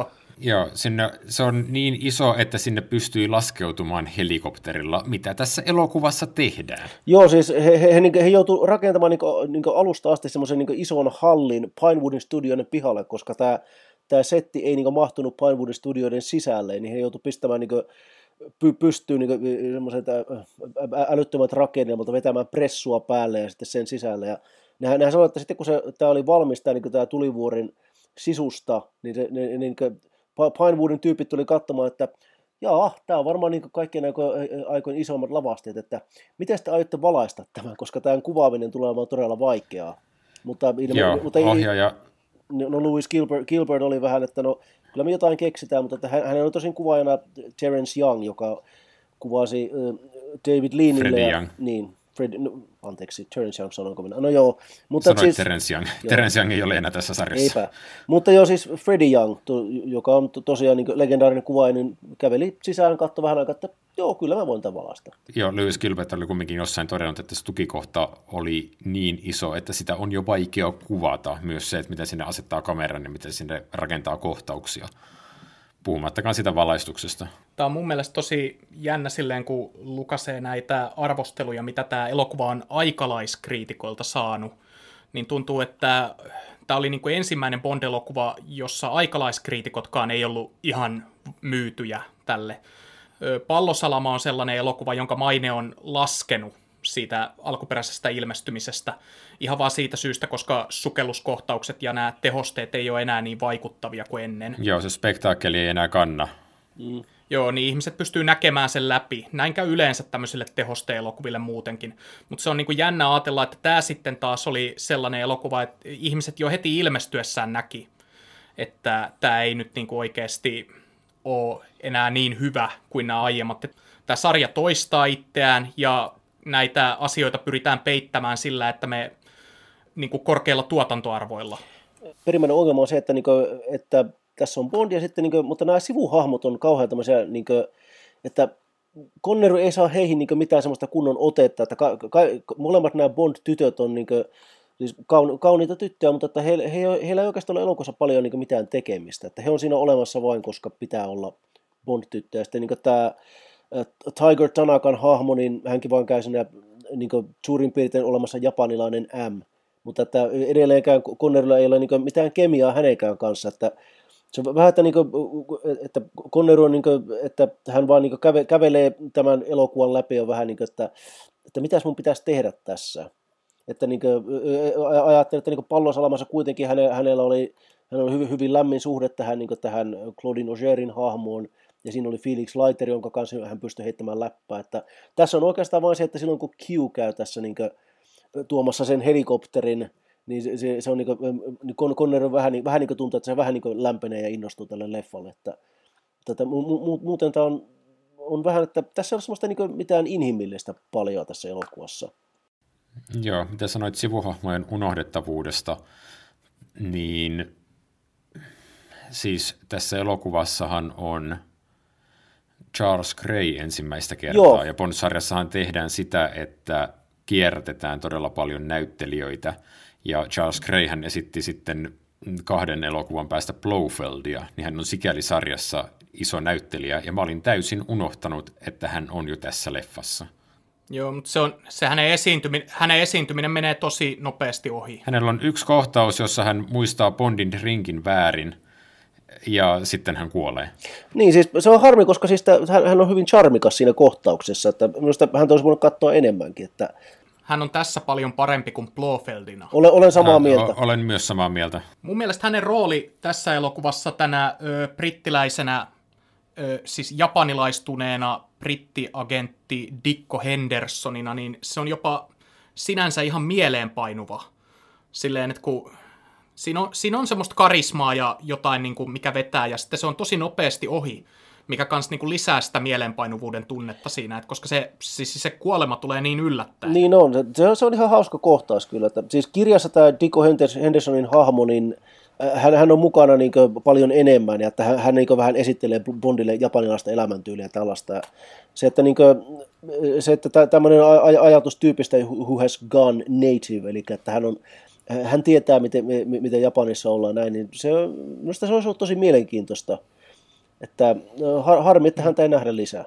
Speaker 1: Joo, sinne, se on niin iso, että sinne pystyy laskeutumaan helikopterilla. Mitä tässä elokuvassa tehdään?
Speaker 2: Joo, siis he, he, he, he joutuivat rakentamaan niin kuin, niin kuin alusta asti semmoisen niin kuin ison hallin Pinewoodin studioiden pihalle, koska tämä, tämä setti ei niin kuin mahtunut Pinewoodin studioiden sisälle, niin he joutuivat pistämään niin kuin, py, pystyyn niin semmoiset älyttömät rakennelmat, vetämään pressua päälle ja sitten sen sisälle. Ja nehän, nehän sanoivat, että sitten kun se, tämä oli valmis, tämä, niin kuin tämä tulivuoren sisusta, niin, se, ne, niin kuin Pinewoodin tyypit tuli katsomaan, että jaa, tämä on varmaan niin kaikkien aikojen isommat lavasteet, että miten te aiotte valaista tämän, koska tämän kuvaaminen tulee olemaan todella vaikeaa. Mutta,
Speaker 1: Joo,
Speaker 2: mutta
Speaker 1: ohjaaja.
Speaker 2: No Louis Gilbert, Gilbert oli vähän, että no kyllä me jotain keksitään, mutta että hän, hän oli tosin kuvaajana Terence Young, joka kuvasi uh, David Leanille.
Speaker 1: Freddie
Speaker 2: ja,
Speaker 1: Young.
Speaker 2: Niin, Fred, no, anteeksi, Terence Young sanonko minä. No joo. Mutta
Speaker 1: Sanoit
Speaker 2: siis,
Speaker 1: Terence Young. Terence Young ei ole enää tässä sarjassa.
Speaker 2: Eipä. Mutta joo, siis Freddie Young, to, joka on to, tosiaan niin legendaarinen kuvaaja, niin käveli sisään, katsoi vähän aikaa, että joo, kyllä mä voin tämän valaista.
Speaker 1: Joo, Louis Gilbert oli kumminkin jossain todennut, että se tukikohta oli niin iso, että sitä on jo vaikea kuvata. Myös se, että miten sinne asettaa kameran ja miten sinne rakentaa kohtauksia. Puhumattakaan sitä valaistuksesta.
Speaker 3: Tämä on mun mielestä tosi jännä silleen, kun lukasee näitä arvosteluja, mitä tämä elokuva on aikalaiskriitikoilta saanut, niin tuntuu, että tämä oli niin kuin ensimmäinen Bond-elokuva, jossa aikalaiskriitikotkaan ei ollut ihan myytyjä tälle. Pallosalama on sellainen elokuva, jonka maine on laskenut siitä alkuperäisestä ilmestymisestä ihan vaan siitä syystä, koska sukelluskohtaukset ja nämä tehosteet ei ole enää niin vaikuttavia kuin ennen.
Speaker 1: Joo, se spektaakkeli ei enää kanna.
Speaker 3: Mm. Joo, niin ihmiset pystyy näkemään sen läpi. Näin käy yleensä tämmöisille tehoste-elokuville muutenkin. Mutta se on niinku jännä ajatella, että tämä sitten taas oli sellainen elokuva, että ihmiset jo heti ilmestyessään näki, että tämä ei nyt niinku oikeasti ole enää niin hyvä kuin nämä aiemmat. Tämä sarja toistaa itseään ja näitä asioita pyritään peittämään sillä, että me niin kuin korkeilla tuotantoarvoilla.
Speaker 2: Perimmäinen ongelma on se, että, niin kuin, että tässä on Bond, ja sitten, niin kuin, mutta nämä sivuhahmot on kauhean tämmöisiä, niin kuin, että Connery ei saa heihin niin kuin, mitään semmoista kunnon otetta, että ka, ka, molemmat nämä Bond-tytöt on niin kuin, siis kauni, kauniita tyttöjä, mutta että he, he, heillä ei oikeastaan ole elokuvassa paljon niin kuin, mitään tekemistä, että he on siinä olemassa vain, koska pitää olla Bond-tyttöjä. Ja sitten niin kuin, tämä Tiger Tanakan hahmo, niin hänkin vaan käy siinä niin kuin, suurin piirtein olemassa japanilainen M, mutta että edelleenkään Connerylla ei ole niin kuin, mitään kemiaa hänenkään kanssa, että se on vähän, että, niin kuin, että Connery on, niin kuin, että hän vaan niin kuin, käve, kävelee tämän elokuvan läpi ja vähän niin kuin, että, että mitäs mun pitäisi tehdä tässä. Että niin kuin, ajattelin, että niin Pallosalamassa kuitenkin hänellä, hänellä oli, hänellä oli hyvin, hyvin lämmin suhde tähän, niin kuin, tähän Claudine Augerin hahmoon, ja siinä oli Felix Leiter, jonka kanssa hän pystyi heittämään läppää. Että tässä on oikeastaan vain se, että silloin kun Q käy tässä niin kuin, tuomassa sen helikopterin, niin se, se, se on niin kuin, Connery on vähän, vähän niin kuin tuntuu, että se vähän niin kuin lämpenee ja innostuu tälle leffalle. Että, että mu, mu, muuten tämä on, on vähän, että tässä ei ole semmoista niin kuin mitään inhimillistä paljon tässä elokuvassa.
Speaker 1: Joo, mitä sanoit sivuhahmojen unohdettavuudesta, niin siis tässä elokuvassahan on Charles Gray ensimmäistä kertaa, Joo. ja Bond-sarjassahan tehdään sitä, että kierrätetään todella paljon näyttelijöitä, ja Charles Gray hän esitti sitten kahden elokuvan päästä Blofeldia, niin hän on sikäli sarjassa iso näyttelijä, ja mä olin täysin unohtanut, että hän on jo tässä leffassa.
Speaker 3: Joo, mutta se on, se hänen, esiintyminen, hänen esiintyminen menee tosi nopeasti ohi.
Speaker 1: Hänellä on yksi kohtaus, jossa hän muistaa Bondin drinkin väärin, ja sitten hän kuolee.
Speaker 2: Niin, siis se on harmi, koska siis hän, hän on hyvin charmikas siinä kohtauksessa, että minusta hän olisi voinut katsoa enemmänkin. Että
Speaker 3: hän on tässä paljon parempi kuin Blofeldina.
Speaker 2: Olen, olen samaa hän, mieltä.
Speaker 1: Olen myös samaa mieltä.
Speaker 3: Mun mielestä hänen rooli tässä elokuvassa tänä ö, brittiläisenä, ö, siis japanilaistuneena brittiagentti Dicko Hendersonina, niin se on jopa sinänsä ihan mieleenpainuva. Silleen, että kun Siinä on, siinä on semmoista karismaa ja jotain, niin kuin, mikä vetää, ja sitten se on tosi nopeasti ohi, mikä kans niin kuin lisää sitä mieleenpainuvuuden tunnetta siinä, että koska se, siis se kuolema tulee niin yllättäen.
Speaker 2: Niin on, se, se on ihan hauska kohtaus kyllä. Että, siis kirjassa tämä Dicko Hendersonin hahmo, niin hän, hän on mukana niin kuin paljon enemmän, ja että hän, hän niin kuin vähän esittelee Bondille japanilaista elämäntyyliä ja tällaista. Se, että, niin kuin, se, että tämmöinen ajatus tyypistä who has gone native, eli että hän on hän tietää, miten, miten Japanissa ollaan näin, niin se, minusta se olisi ollut tosi mielenkiintoista. Että har, harmi, että häntä ei nähdä lisää.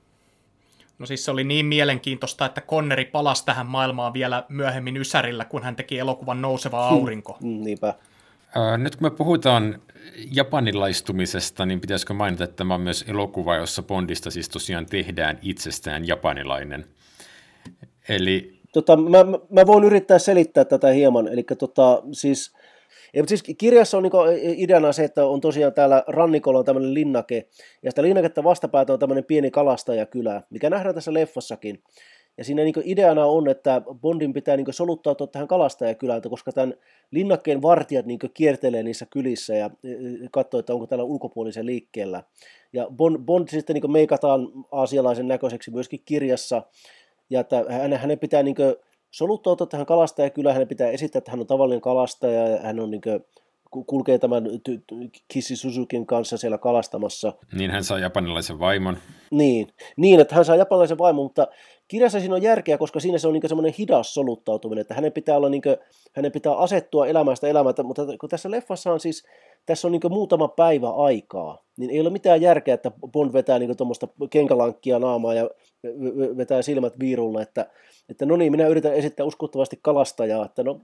Speaker 3: No siis se oli niin mielenkiintoista, että Conneri palasi tähän maailmaan vielä myöhemmin Ysärillä, kun hän teki elokuvan Nouseva aurinko.
Speaker 2: Hmm, niinpä.
Speaker 1: Nyt kun me puhutaan japanilaistumisesta, niin pitäisikö mainita, että tämä on myös elokuva, jossa Bondista siis tosiaan tehdään itsestään japanilainen. Eli...
Speaker 2: Tota, mä, mä voin yrittää selittää tätä hieman. Eli tota, siis, siis kirjassa on niinku ideana se, että on tosiaan täällä rannikolla on tämmöinen linnake, ja sitä linnaketta vastapäätä on tämmöinen pieni kalastajakylä, mikä nähdään tässä leffassakin. Ja siinä niin ideana on, että Bondin pitää niin soluttautua tähän kalastajakylältä, koska tämän linnakkeen vartijat niin kiertelee niissä kylissä ja katsoo, että onko täällä ulkopuolisen liikkeellä. Ja Bond, Bond sitten niin meikataan aasialaisen näköiseksi myöskin kirjassa, ja että hänen pitää niin soluttautua tähän kalastajakylään, hänen pitää esittää, että hän on tavallinen kalastaja, ja hän on niin kulkee tämän Kissy Suzukin kanssa siellä kalastamassa.
Speaker 1: Niin hän saa japanilaisen vaimon.
Speaker 2: Niin, niin että hän saa japanilaisen vaimon, mutta kirjassa siinä on järkeä, koska siinä se on niin semmoinen hidas soluttautuminen, että hänen pitää, olla niin kuin, hänen pitää asettua elämästä elämältä, mutta kun tässä leffassa on siis, tässä on niin muutama päivä aikaa, niin ei ole mitään järkeä, että Bond vetää niin tuommoista kenkalankkia naamaa ja vetää silmät viirulle, että, että no niin, minä yritän esittää uskottavasti kalastajaa, että no,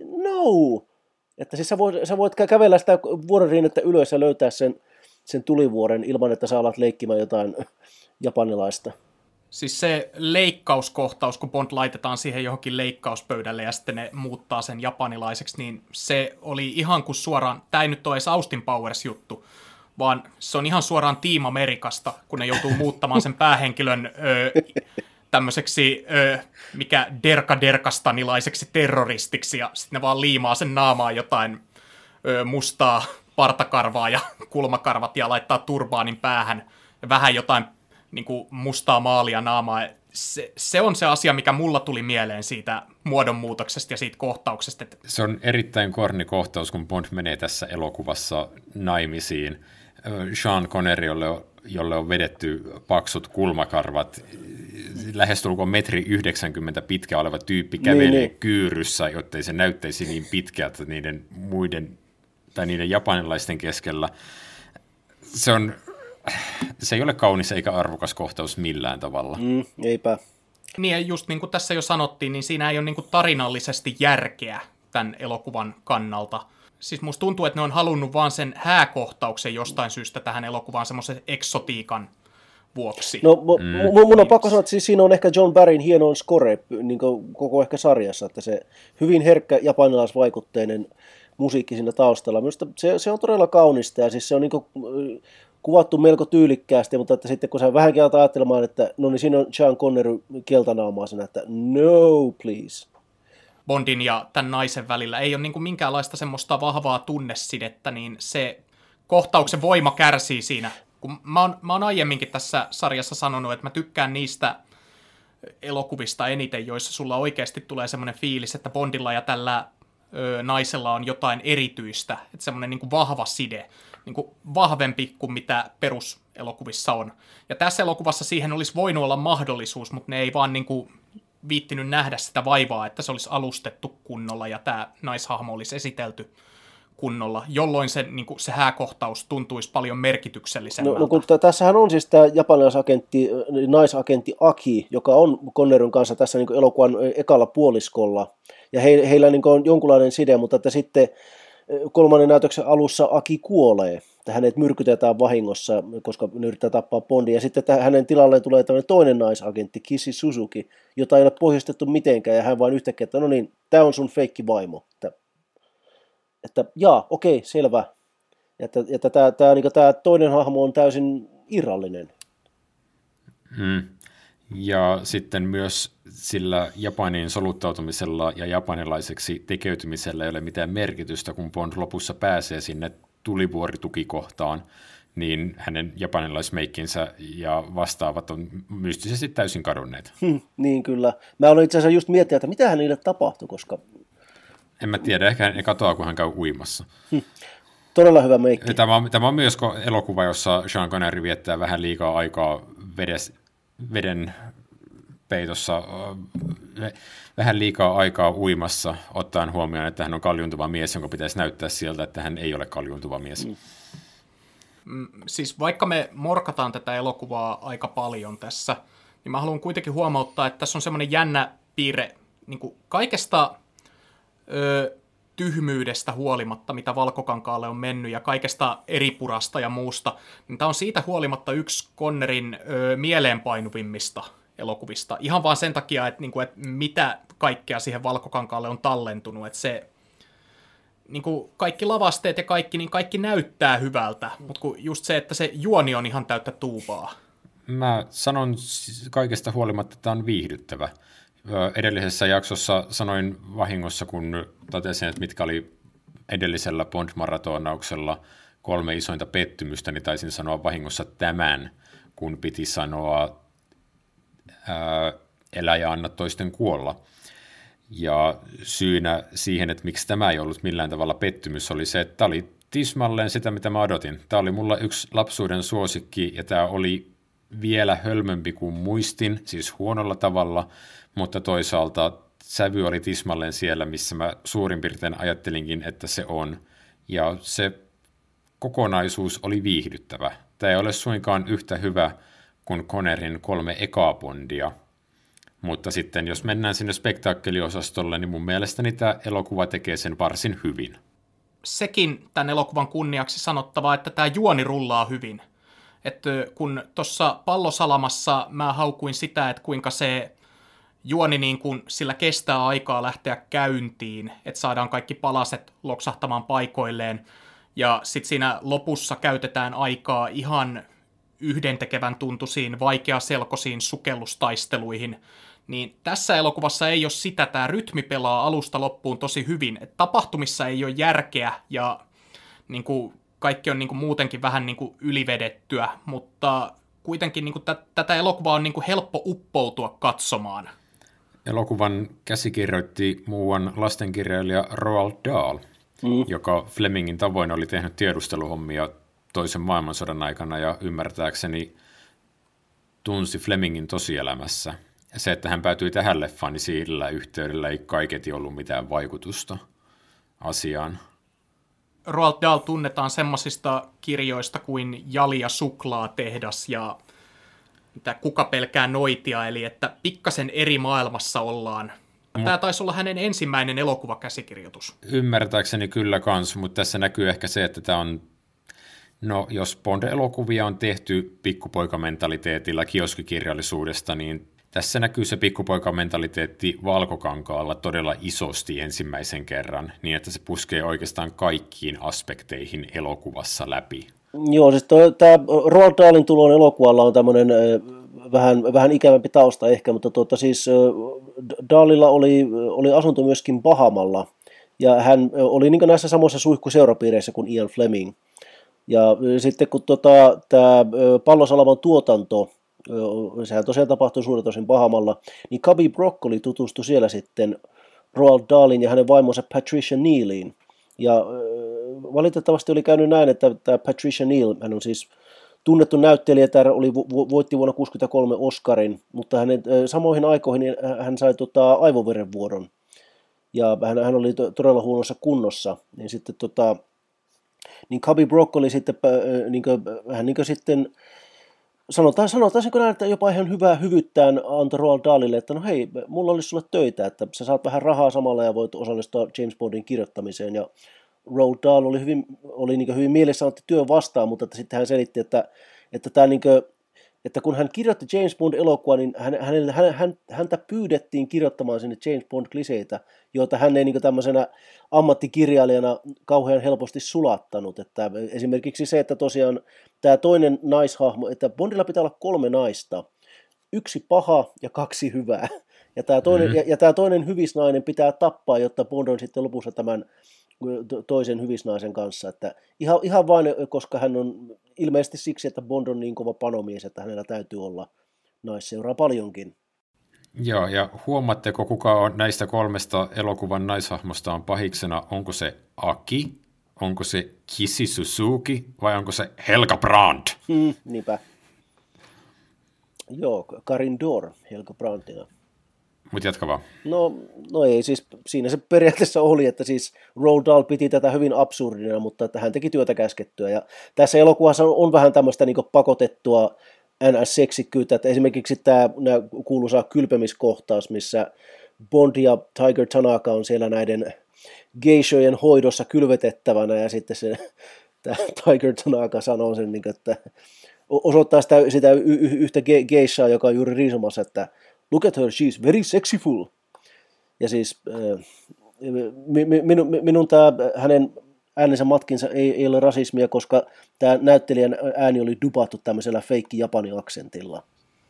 Speaker 2: no, että siis sä voit, sä voit kävellä sitä vuorenrinnettä ylös ja löytää sen, sen tulivuoren ilman, että sä alat leikkimään jotain japanilaista.
Speaker 3: Siis se leikkauskohtaus, kun Bond laitetaan siihen johonkin leikkauspöydälle ja sitten ne muuttaa sen japanilaiseksi, niin se oli ihan kuin suoraan, tämä ei nyt ole edes Austin Powers-juttu, vaan se on ihan suoraan Team Amerikasta, kun ne joutuu muuttamaan sen päähenkilön ö, tämmöiseksi, ö, mikä derka-derkastanilaiseksi terroristiksi, ja sitten ne vaan liimaa sen naamaan jotain ö, mustaa partakarvaa ja kulmakarvat ja laittaa turbaanin päähän ja vähän jotain niin kuin mustaa maalia naamaa. Se, se on se asia, mikä mulla tuli mieleen siitä muodonmuutoksesta ja siitä kohtauksesta.
Speaker 1: Se on erittäin korni kohtaus, kun Bond menee tässä elokuvassa naimisiin. Sean Connery, jolle, jolle on vedetty paksut kulmakarvat, lähestulkoon metri yhdeksänkymmentä pitkä oleva tyyppi kävelee niin, kyyryssä, jottei se näyttäisi niin pitkältä niiden muiden tai niiden japanilaisten keskellä. Se on... Se ei ole kaunis eikä arvokas kohtaus millään tavalla.
Speaker 2: Mm, eipä.
Speaker 3: Niin ja just niin kuin tässä jo sanottiin, niin siinä ei ole niin kuin tarinallisesti järkeä tämän elokuvan kannalta. Siis musta tuntuu, että ne on halunnut vaan sen hääkohtauksen jostain syystä tähän elokuvaan semmoisen eksotiikan vuoksi.
Speaker 2: No m- m- mun on pakko sanoa, että siis siinä on ehkä John Barryn hieno score niin koko ehkä sarjassa, että se hyvin herkkä japanilaisvaikutteinen musiikki siinä taustalla. Minusta se, se on todella kaunista ja siis se on niin kuin kuvattu melko tyylikkäästi, mutta että sitten kun sä vähänkin alat ajattelemaan, että no niin siinä on Sean Connery keltanaamaisena, että no please.
Speaker 3: Bondin ja tämän naisen välillä ei ole niin kuin minkäänlaista semmoista vahvaa tunnesidettä, niin se kohtauksen voima kärsii siinä. Kun mä oon, mä oon aiemminkin tässä sarjassa sanonut, että mä tykkään niistä elokuvista eniten, joissa sulla oikeasti tulee semmoinen fiilis, että Bondilla ja tällä ö, naisella on jotain erityistä, että semmoinen niin kuin vahva side. Niin kuin vahvempi kuin mitä peruselokuvissa on. Ja tässä elokuvassa siihen olisi voinut olla mahdollisuus, mutta ne ei vaan niin kuin viittinyt nähdä sitä vaivaa, että se olisi alustettu kunnolla ja tämä naishahmo olisi esitelty kunnolla, jolloin se, niin kuin se hääkohtaus tuntuisi paljon merkityksellisemmältä.
Speaker 2: No, no kun t- tässähän on siis tämä japanilaisagentti, naisagentti Aki, joka on Conneryn kanssa tässä niin kuin elokuvan ekalla puoliskolla, ja he, heillä niin kuin on jonkunlainen side, mutta että sitten kolmannen näytöksen alussa Aki kuolee, että hänet myrkytetään vahingossa, koska ne yrittää tappaa Bondin, ja sitten hänen tilalleen tulee tämmöinen toinen naisagentti, Kissy Suzuki, jota ei ole pohjustettu mitenkään, ja hän vain yhtäkkiä, että no niin, tämä on sun feikki vaimo. Että, että jaa, okei, selvä. Että, että tämä, tämä, niin tämä toinen hahmo on täysin irrallinen.
Speaker 1: Hmm. Ja sitten myös sillä Japanin soluttautumisella ja japanilaiseksi tekeytymisellä ei ole mitään merkitystä, kun Bond lopussa pääsee sinne tulivuoritukikohtaan, niin hänen japanilaismeikkinsä ja vastaavat on mystisesti täysin kadonneet.
Speaker 2: Hmm, niin kyllä. Mä olen itse asiassa just miettinyt, että mitä hänelle tapahtui, koska...
Speaker 1: En mä tiedä, ehkä ne katoaa, kun hän käy uimassa.
Speaker 2: Hmm. Todella hyvä meikki.
Speaker 1: Tämä on, tämä on myös elokuva, jossa Sean Connery viettää vähän liikaa aikaa vedes, veden peitossa, vähän liikaa aikaa uimassa, ottaen huomioon, että hän on kaljuuntuva mies, jonka pitäisi näyttää sieltä, että hän ei ole kaljuuntuva mies. Mm.
Speaker 3: Siis vaikka me morkataan tätä elokuvaa aika paljon tässä, niin mä haluan kuitenkin huomauttaa, että tässä on semmoinen jännä piirre niin kuin kaikesta ö, tyhmyydestä huolimatta, mitä Valkokankaalle on mennyt, ja kaikesta eripurasta ja muusta, niin tämä on siitä huolimatta yksi Connerin ö, mieleenpainuvimmista elokuvista. Ihan vaan sen takia, että, niin kuin, että mitä kaikkea siihen Valkokankaalle on tallentunut, että se niin kuin kaikki lavasteet ja kaikki, niin kaikki näyttää hyvältä, mutta just se, että se juoni on ihan täyttä tuupaa.
Speaker 1: Mä sanon kaikesta huolimatta, että tämä on viihdyttävä. Edellisessä jaksossa sanoin vahingossa, kun totesin, että mitkä oli edellisellä Bond-maratonauksella kolme isointa pettymystä, niin taisin sanoa vahingossa tämän, kun piti sanoa ää, elä ja anna toisten kuolla. Ja syynä siihen, että miksi tämä ei ollut millään tavalla pettymys, oli se, että tämä oli tismalleen sitä, mitä mä odotin. Tämä oli mulla yksi lapsuuden suosikki, ja tämä oli vielä hölmömpi kuin muistin, siis huonolla tavalla, mutta toisaalta sävy oli tismalleen siellä, missä mä suurin piirtein ajattelinkin, että se on. Ja se kokonaisuus oli viihdyttävä. Tämä ei ole suinkaan yhtä hyvä kuin Connerin kolme ekaa Bondia, mutta sitten jos mennään sinne spektaakkeliosastolle, niin mun mielestäni tämä elokuva tekee sen varsin hyvin.
Speaker 3: Sekin tämän elokuvan kunniaksi sanottava, että tämä juoni rullaa hyvin. Että kun tuossa Pallosalamassa mä haukuin sitä, että kuinka se juoni niin kuin sillä kestää aikaa lähteä käyntiin, että saadaan kaikki palaset loksahtamaan paikoilleen, ja sitten siinä lopussa käytetään aikaa ihan yhdentekevän tuntuisiin, vaikeaselkoisiin sukellustaisteluihin, niin tässä elokuvassa ei ole sitä, tämä rytmi pelaa alusta loppuun tosi hyvin, että tapahtumissa ei ole järkeä, ja niin kuin kaikki on niin kuin muutenkin vähän niin kuin ylivedettyä, mutta kuitenkin niin kuin t- tätä elokuvaa on niin kuin helppo uppoutua katsomaan.
Speaker 1: Elokuvan käsikirjoitti muuan lastenkirjailija Roald Dahl, mm. joka Flemingin tavoin oli tehnyt tiedusteluhommia toisen maailmansodan aikana ja ymmärtääkseni tunsi Flemingin tosielämässä. Se, että hän päätyi tähän leffaan, niin sillä yhteydellä ei kaiketi ollut mitään vaikutusta asiaan.
Speaker 3: Roald Dahl tunnetaan semmoisista kirjoista kuin Jali ja suklaatehdas ja mitä Kuka pelkää noitia, eli että pikkasen eri maailmassa ollaan. Tämä taisi olla hänen ensimmäinen elokuvakäsikirjoitus.
Speaker 1: Ymmärtääkseni kyllä kans, mutta tässä näkyy ehkä se, että tämä on, no jos Bond-elokuvia on tehty pikkupoikamentaliteetilla kioskikirjallisuudesta, niin tässä näkyy se pikkupoikamentaliteetti Valkokankaalla todella isosti ensimmäisen kerran, niin että se puskee oikeastaan kaikkiin aspekteihin elokuvassa läpi.
Speaker 2: Joo, siis tämä Roald Dahlin tulon elokuvalla on tämmöinen äh, vähän, vähän ikävämpi tausta ehkä, mutta tuota, siis äh, Dahlilla oli, oli asunto myöskin Bahamalla, ja hän oli niin näissä samoissa suihkuseurapiireissä kuin Ian Fleming. Ja äh, sitten kun tota, tämä äh, Pallosalaman tuotanto, äh, sehän tosiaan tapahtui suurelta osin Bahamalla, niin Cubby Broccoli tutustui siellä sitten Roald Dahlin ja hänen vaimonsa Patricia Nealiin. Ja äh, valitettavasti oli käynyt näin, että tämä Patricia Neal, hän on siis tunnettu näyttelijä, tämä oli, voitti vuonna tuhatyhdeksänsataakuusikymmentäkolme Oscarin, mutta hänen, samoihin aikoihin hän sai tota, aivoverenvuodon, ja hän, hän oli to, todella huonossa kunnossa, niin sitten tota, niin Cubby Broccoli sitten, niin kuin, hän niin kuin sitten, sanotaan, sanotaan näin, että jopa ihan hyvää hyvyyttään antoi Roald Dahlille, että no hei, mulla olisi sulle töitä, että sä saat vähän rahaa samalla ja voit osallistua James Bondin kirjoittamiseen, ja Roald Dahl oli hyvin, oli niin hyvin mielessä otti työn vastaan, mutta sitten hän selitti, että, että, tämä niin kuin, että kun hän kirjoitti James Bond-elokuvaa, niin hän, hän, hän, häntä pyydettiin kirjoittamaan sinne James Bond-kliseitä, joita hän ei niin tämmöisenä ammattikirjailijana kauhean helposti sulattanut. Että esimerkiksi se, että tosiaan tämä toinen naishahmo, että Bondilla pitää olla kolme naista, yksi paha ja kaksi hyvää. Ja tämä toinen, mm-hmm. ja, ja tämä toinen hyvisnainen pitää tappaa, jotta Bond on sitten lopussa tämän toisen hyvisnaisen kanssa, että ihan, ihan vain, koska hän on ilmeisesti siksi, että Bond on niin kova panomies, että hänellä täytyy olla naisseuraa paljonkin.
Speaker 1: Joo, ja huomaatteko, kuka on näistä kolmesta elokuvan naishahmosta on pahiksena? Onko se Aki, onko se Kissy Suzuki vai onko se Helga Brandt?
Speaker 2: Mm, niinpä. Joo, Karin Dor Helga Brandtina.
Speaker 1: Mutta jatka vaan.
Speaker 2: No, no ei, siis siinä se periaatteessa oli, että siis Roald Dahl piti tätä hyvin absurdina, mutta että hän teki työtä käskettyä. Ja tässä elokuvassa on, on vähän tämmöistä niin pakotettua N S-seksikkyyttä, että esimerkiksi tämä kuuluisa kylpemiskohtaus, missä Bond ja Tiger Tanaka on siellä näiden geishojen hoidossa kylvetettävänä, ja sitten se tämä Tiger Tanaka sanoo sen, että osoittaa sitä, sitä y- y- yhtä ge- geishaa, joka on juuri riisumassa, että look at her, she's very sexyful. Ja siis äh, minun, minun tämä hänen äänensä matkinsa ei, ei ole rasismia, koska tämä näyttelijän ääni oli dupattu tämmöisellä feikki japani-aksentilla.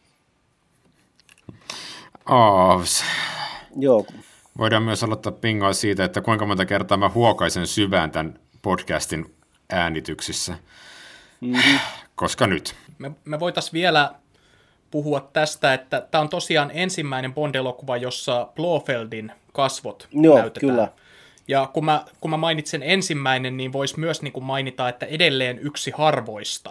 Speaker 1: Oh.
Speaker 2: Joo.
Speaker 1: Voidaan myös aloittaa pingoa siitä, että kuinka monta kertaa mä huokaisen syvään tämän podcastin äänityksissä. Mm-hmm. Koska nyt.
Speaker 3: Me, me voitaisiin vielä puhua tästä, että tämä on tosiaan ensimmäinen Bond-elokuva, jossa Blofeldin kasvot
Speaker 2: Joo,
Speaker 3: näytetään.
Speaker 2: Kyllä.
Speaker 3: Ja kun mä, kun mä mainitsen ensimmäinen, niin voisi myös niin kuin mainita, että edelleen yksi harvoista.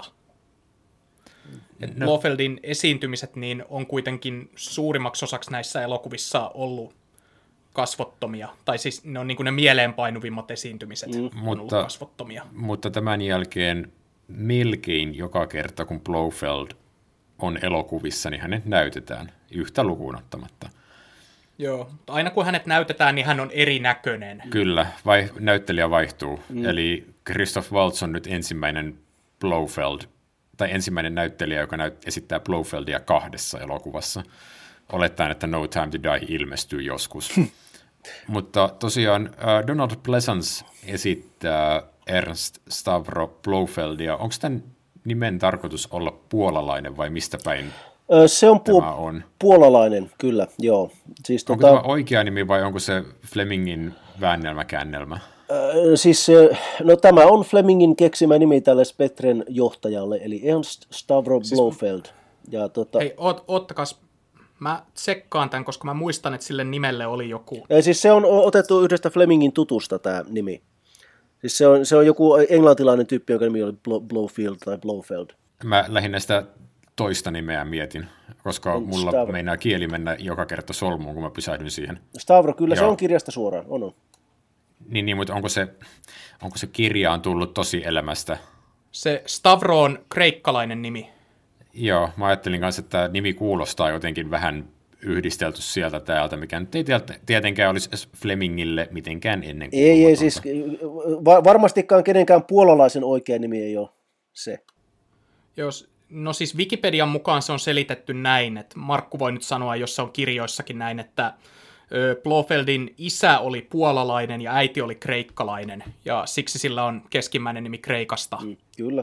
Speaker 3: No. Blofeldin esiintymiset niin on kuitenkin suurimmaksi osaksi näissä elokuvissa ollut kasvottomia. Tai siis ne on niin kuin ne mieleenpainuvimmat esiintymiset mm. on
Speaker 1: mutta,
Speaker 3: ollut kasvottomia.
Speaker 1: Mutta tämän jälkeen melkein joka kerta, kun Blofeld on elokuvissa, niin hänet näytetään yhtä lukuun ottamatta.
Speaker 3: Joo, mutta aina kun hänet näytetään, niin hän on erinäköinen.
Speaker 1: Kyllä, vai, näyttelijä vaihtuu. Mm. Eli Christoph Waltz on nyt ensimmäinen Blofeld, tai ensimmäinen näyttelijä, joka näyt, esittää Blofeldia kahdessa elokuvassa. Olettaen, että No Time to Die ilmestyy joskus. Mutta tosiaan Donald Pleasence esittää Ernst Stavro Blofeldia. Onko tämän nimen tarkoitus olla puolalainen vai mistä päin
Speaker 2: se on,
Speaker 1: tämä on?
Speaker 2: Puolalainen, kyllä, joo. Siis
Speaker 1: onko
Speaker 2: tota,
Speaker 1: tämä oikea nimi vai onko se Flemingin väännelmäkäännelmä? Äh,
Speaker 2: siis, no tämä on Flemingin keksimä nimi tälle Spectren johtajalle, eli Ernst Stavro siis, Blofeld. Ja, tota,
Speaker 3: hei, oot, oottakas, mä tsekkaan tämän, koska mä muistan, että sille nimelle oli joku.
Speaker 2: Siis se on otettu yhdestä Flemingin tutusta tämä nimi. Siis se on, se on joku englantilainen tyyppi, joka nimi oli Blofield tai Blofeld.
Speaker 1: Mä lähinnä sitä toista nimeä mietin, koska on mulla
Speaker 2: Stavro.
Speaker 1: Meinaa kieli mennä joka kerta solmuun, kun mä pysähdyn siihen.
Speaker 2: Stavro, kyllä
Speaker 1: Joo.
Speaker 2: Se on kirjasta suoraan, on on.
Speaker 1: Niin, niin mutta onko se, onko se kirja on tullut tosi elämästä?
Speaker 3: Se Stavro on kreikkalainen nimi.
Speaker 1: Joo, mä ajattelin kanssa, että nimi kuulostaa jotenkin vähän yhdistelty sieltä täältä, mikä nyt ei tietenkään olisi Flemingille mitenkään ennen kuin
Speaker 2: Ei, ei siis va- varmastikaan kenenkään puolalaisen oikea nimi ei ole se.
Speaker 3: Jos, no siis Wikipedian mukaan se on selitetty näin, että Markku voi nyt sanoa, jos se on kirjoissakin näin, että ö, Blofeldin isä oli puolalainen ja äiti oli kreikkalainen, ja siksi sillä on keskimmäinen nimi Kreikasta.
Speaker 2: Mm, kyllä.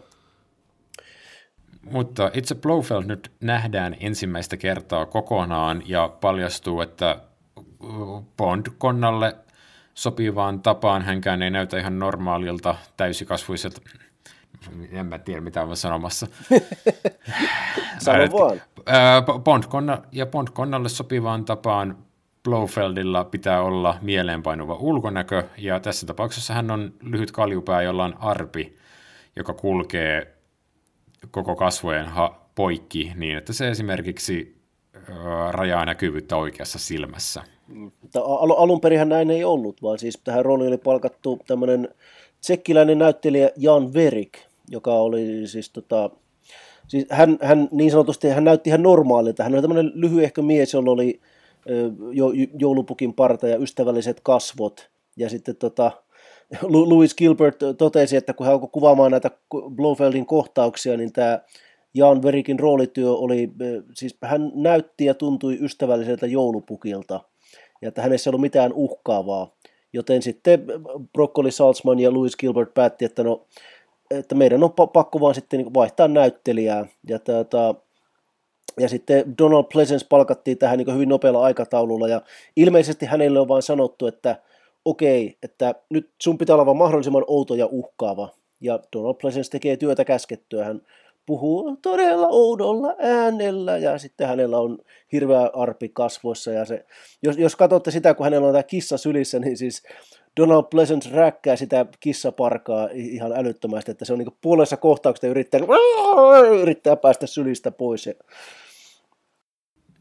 Speaker 1: Mutta itse Blofeld nyt nähdään ensimmäistä kertaa kokonaan ja paljastuu, että Bond-konnalle sopivaan tapaan hänkään ei näytä ihan normaalilta täysikasvuiselta. En mä tiedä, mitä olen sanomassa.
Speaker 2: Sano vaan.
Speaker 1: Bond-konna ja Bond-konnalle sopivaan tapaan Blofeldilla pitää olla mieleenpainuva ulkonäkö, ja tässä tapauksessa hän on lyhyt kaljupää, jolla on arpi, joka kulkee koko kasvojen ha- poikki niin, että se esimerkiksi ö, rajaa näkyvyyttä oikeassa silmässä.
Speaker 2: Al- alun perinhän näin ei ollut, vaan siis tähän rooliin oli palkattu tämmöinen tsekkiläinen näyttelijä Jan Verik, joka oli siis tota, siis hän, hän niin sanotusti hän näytti ihan normaalilta. Hän oli tämmöinen lyhyehkö mies, jolla oli ö, jo, joulupukin parta ja ystävälliset kasvot. Ja sitten tota, Louis Gilbert totesi, että kun hän alkoi kuvaamaan näitä Blofeldin kohtauksia, niin tämä Jan Verikin roolityö oli, siis hän näytti ja tuntui ystävälliseltä joulupukilta, ja että hänessä ei ollut mitään uhkaavaa. Joten sitten Broccoli Saltzman ja Louis Gilbert päätti, että, no, että meidän on pakko vaan sitten vaihtaa näyttelijää. Ja, tätä, ja sitten Donald Pleasence palkattiin tähän niin hyvin nopealla aikataululla, ja ilmeisesti hänelle on vain sanottu, että okei, että nyt sun pitää olla vaan mahdollisimman outo ja uhkaava. Ja Donald Pleasence tekee työtä käskettyä. Hän puhuu todella oudolla äänellä ja sitten hänellä on hirveä arpi kasvoissa. Ja se, jos, jos katsotte sitä, kun hänellä on tämä kissa sylissä, niin siis Donald Pleasence räkkää sitä kissaparkaa ihan älyttömästi, että se on niin kuin puolessa kohtauksesta yrittää, yrittää päästä sylistä pois.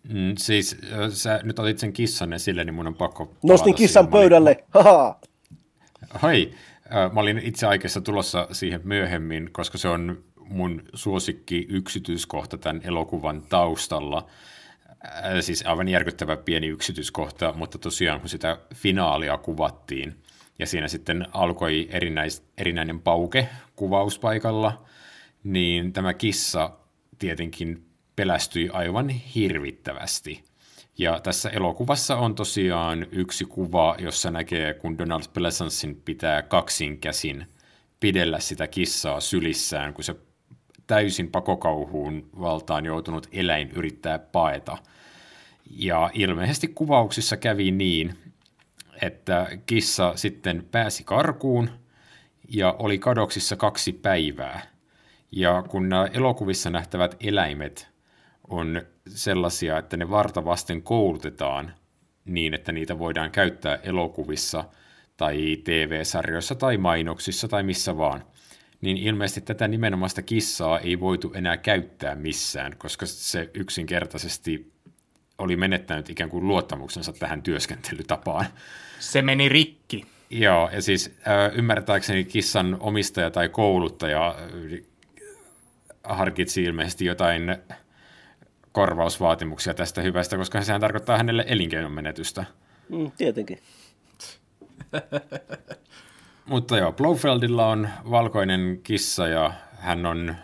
Speaker 1: Mm, siis sä nyt otit sen kissan esille, niin mun on pakko
Speaker 2: Nostin kissan siihen. Pöydälle, haha!
Speaker 1: Hei, mä olin itse aikeissa tulossa siihen myöhemmin, koska se on mun suosikki yksityiskohta tämän elokuvan taustalla. Siis aivan järkyttävä pieni yksityiskohta, mutta tosiaan kun sitä finaalia kuvattiin, ja siinä sitten alkoi erinäis, erinäinen pauke kuvauspaikalla, niin tämä kissa tietenkin pelästyi aivan hirvittävästi. Ja tässä elokuvassa on tosiaan yksi kuva, jossa näkee, kun Donald Pleasancein pitää kaksin käsin pidellä sitä kissaa sylissään, kun se täysin pakokauhuun valtaan joutunut eläin yrittää paeta. Ja ilmeisesti kuvauksissa kävi niin, että kissa sitten pääsi karkuun ja oli kadoksissa kaksi päivää. Ja kun nämä elokuvissa nähtävät eläimet on sellaisia, että ne varta vasten koulutetaan niin, että niitä voidaan käyttää elokuvissa tai T V-sarjoissa tai mainoksissa tai missä vaan, niin ilmeisesti tätä nimenomaista kissaa ei voitu enää käyttää missään, koska se yksinkertaisesti oli menettänyt ikään kuin luottamuksensa tähän työskentelytapaan.
Speaker 3: Se meni rikki.
Speaker 1: Joo, ja siis äh, ymmärtääkseni kissan omistaja tai kouluttaja harkitsi ilmeisesti jotain korvausvaatimuksia tästä hyvästä, koska sehän tarkoittaa hänelle elinkeinon menetystä.
Speaker 2: Mm, tietenkin.
Speaker 1: Mutta joo, Blofeldilla on valkoinen kissa ja hän on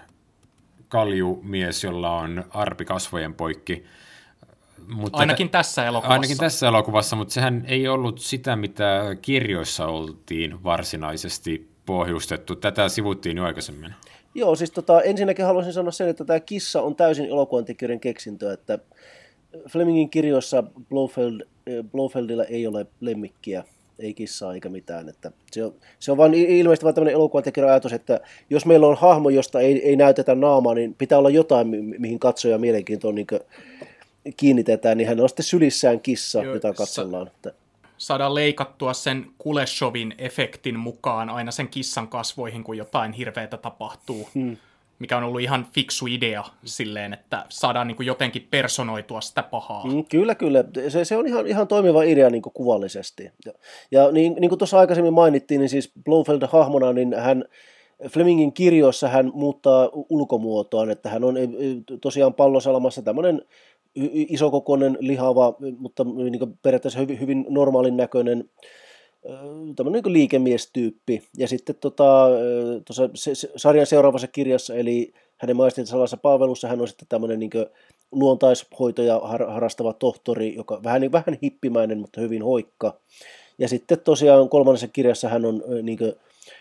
Speaker 1: kaljumies, jolla on arpi kasvojen poikki. Mutta
Speaker 3: ainakin tässä elokuvassa.
Speaker 1: Ainakin tässä elokuvassa, mutta sehän ei ollut sitä, mitä kirjoissa oltiin varsinaisesti pohjustettu. Tätä sivuttiin jo aikaisemmin.
Speaker 2: Joo, siis tota, ensinnäkin haluaisin sanoa sen, että tämä kissa on täysin elokuvantekijöiden keksintö, että Flemingin kirjoissa Blofeld, Blofeldilla ei ole lemmikkiä, ei kissaa eikä mitään. Että se, on, se on vain ilmeisesti vain tämmöinen elokuvantekijöiden ajatus, että jos meillä on hahmo, josta ei, ei näytetä naamaa, niin pitää olla jotain, mihin katsoja mielenkiintoon niin kiinnitetään, niin hän on sitten sylissään kissa, Joo, jota katsellaan. Sa-
Speaker 3: saadaan leikattua sen Kuleshovin efektin mukaan aina sen kissan kasvoihin, kun jotain hirveätä tapahtuu, hmm. mikä on ollut ihan fiksu idea silleen, että saadaan niin kuin jotenkin personoitua sitä pahaa.
Speaker 2: Hmm, kyllä, kyllä. Se, se on ihan, ihan toimiva idea niin kuin kuvallisesti. Ja, ja niin, niin kuin tuossa aikaisemmin mainittiin, niin siis Blofeld hahmona, niin hän Flemingin kirjoissa hän muuttaa ulkomuotoaan, että hän on tosiaan Pallosalamassa tämmöinen isokokoinen, lihava, mutta niin periaatteessa hyvin, hyvin normaalin näköinen tämmöinen niin liikemiestyyppi. Ja sitten tota, tuossa se, se, sarjan seuraavassa kirjassa, eli hänen maistinsa salassa palvelussa, hän on sitten tämmöinen niin luontaishoitoja har, harrastava tohtori, joka vähän, vähän hippimäinen, mutta hyvin hoikka. Ja sitten tosiaan kolmannessa kirjassa hän on niin kuin,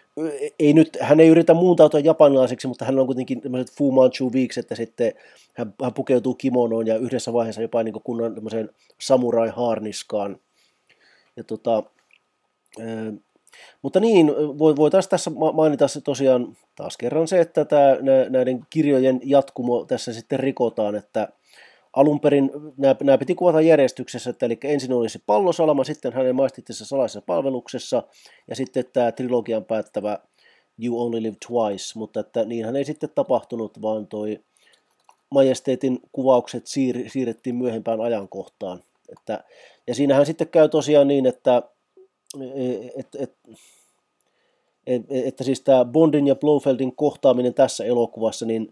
Speaker 2: ei nyt, hän ei yritä muuntautua japanilaiseksi, mutta hän on kuitenkin tämmöiset Fu Manchu-viiksi, että sitten hän, hän pukeutuu kimonoon ja yhdessä vaiheessa jopa niin kunnon tämmöiseen samurai-haarniskaan. Ja tota, ää, mutta niin, voitaisiin tässä mainita se tosiaan taas kerran se, että tämä, näiden kirjojen jatkumo tässä sitten rikotaan, että alun perin nämä, nämä piti kuvata järjestyksessä, että eli ensin olisi Pallosalama, sitten hänen maistittensa salaisessa palveluksessa, ja sitten tämä trilogian päättävä You Only Live Twice, mutta että niinhän ei sitten tapahtunut, vaan toi Majesteetin kuvaukset siir, siirrettiin myöhempään ajankohtaan. Että, ja siinähän sitten käy tosiaan niin, että, että, että, että, että siis tämä Bondin ja Blofeldin kohtaaminen tässä elokuvassa, niin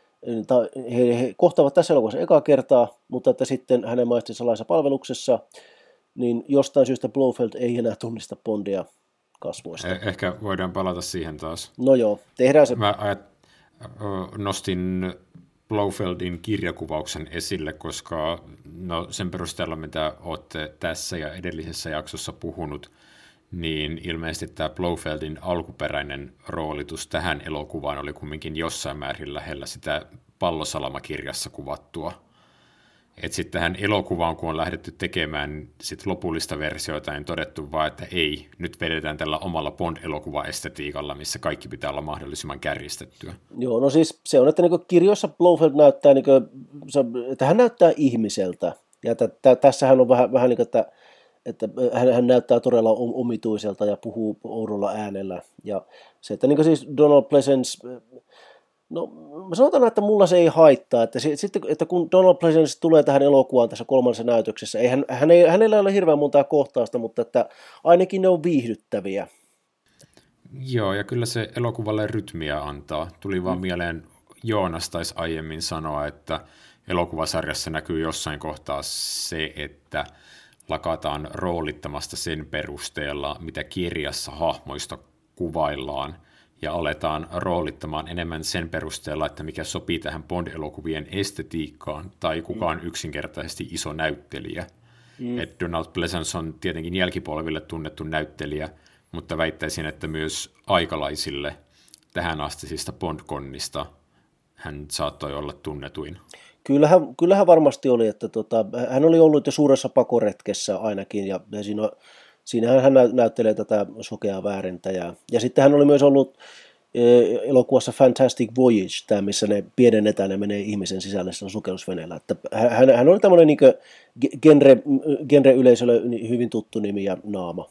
Speaker 2: He, he kohtaavat tässä elokuvassa ekaa kertaa, mutta että sitten hänen maistin salaisessa palveluksessa, niin jostain syystä Blofeld ei enää tunnista Bondia kasvoista.
Speaker 1: Eh- ehkä voidaan palata siihen taas.
Speaker 2: No joo, tehdään se.
Speaker 1: Mä ajat, nostin Blofeldin kirjakuvauksen esille, koska no, sen perusteella, mitä olette tässä ja edellisessä jaksossa puhunut, niin ilmeisesti tämä Blofeldin alkuperäinen roolitus tähän elokuvaan oli kumminkin jossain määrin lähellä sitä Pallosalama-kirjassa kuvattua. Että sitten tähän elokuvaan, kun on lähdetty tekemään sit lopullista versiota, niin todettu vaan, että ei, nyt vedetään tällä omalla Bond-elokuva-estetiikalla, missä kaikki pitää olla mahdollisimman kärjistettyä.
Speaker 2: Joo, no siis se on, että niin kirjoissa Blofeld näyttää, niin kuin, että hän näyttää ihmiseltä. Ja t- t- tässähän on vähän, vähän niin kuin, että että hän, hän näyttää todella omituiselta ja puhuu oudolla äänellä. Ja se, että niin siis Donald Pleasence No mä sanotaan, että mulla se ei haittaa, että, sitten, että kun Donald Pleasence tulee tähän elokuvaan tässä kolmannessa näytöksessä, ei, hän, hän ei, hänellä ei ole hirveän montaa kohtausta, mutta että ainakin ne on viihdyttäviä.
Speaker 1: Joo, ja kyllä se elokuvalle rytmiä antaa. Tuli vaan mm. mieleen, Joonas taisi aiemmin sanoa, että elokuvasarjassa näkyy jossain kohtaa se, että lakataan roolittamasta sen perusteella, mitä kirjassa hahmoista kuvaillaan, ja aletaan roolittamaan enemmän sen perusteella, että mikä sopii tähän Bond-elokuvien estetiikkaan, tai kuka on yksinkertaisesti iso näyttelijä. Mm. Et Donald Pleasence on tietenkin jälkipolville tunnettu näyttelijä, mutta väittäisin, että myös aikalaisille tähän astisista Bond-konnista hän saattoi olla tunnetuin.
Speaker 2: Kyllähän, kyllähän varmasti oli, että tota, hän oli ollut jo suuressa pakoretkessä ainakin, ja, ja siinä, siinähän hän näyttelee tätä sokeaa väärentäjää. Ja sitten hän oli myös ollut e, elokuvassa Fantastic Voyage, tämä missä ne pienennetään ja menee ihmisen sisälle sukellusveneellä. Että hän, hän oli tämmöinen niin genre, genre-yleisölle hyvin tuttu nimi ja naama.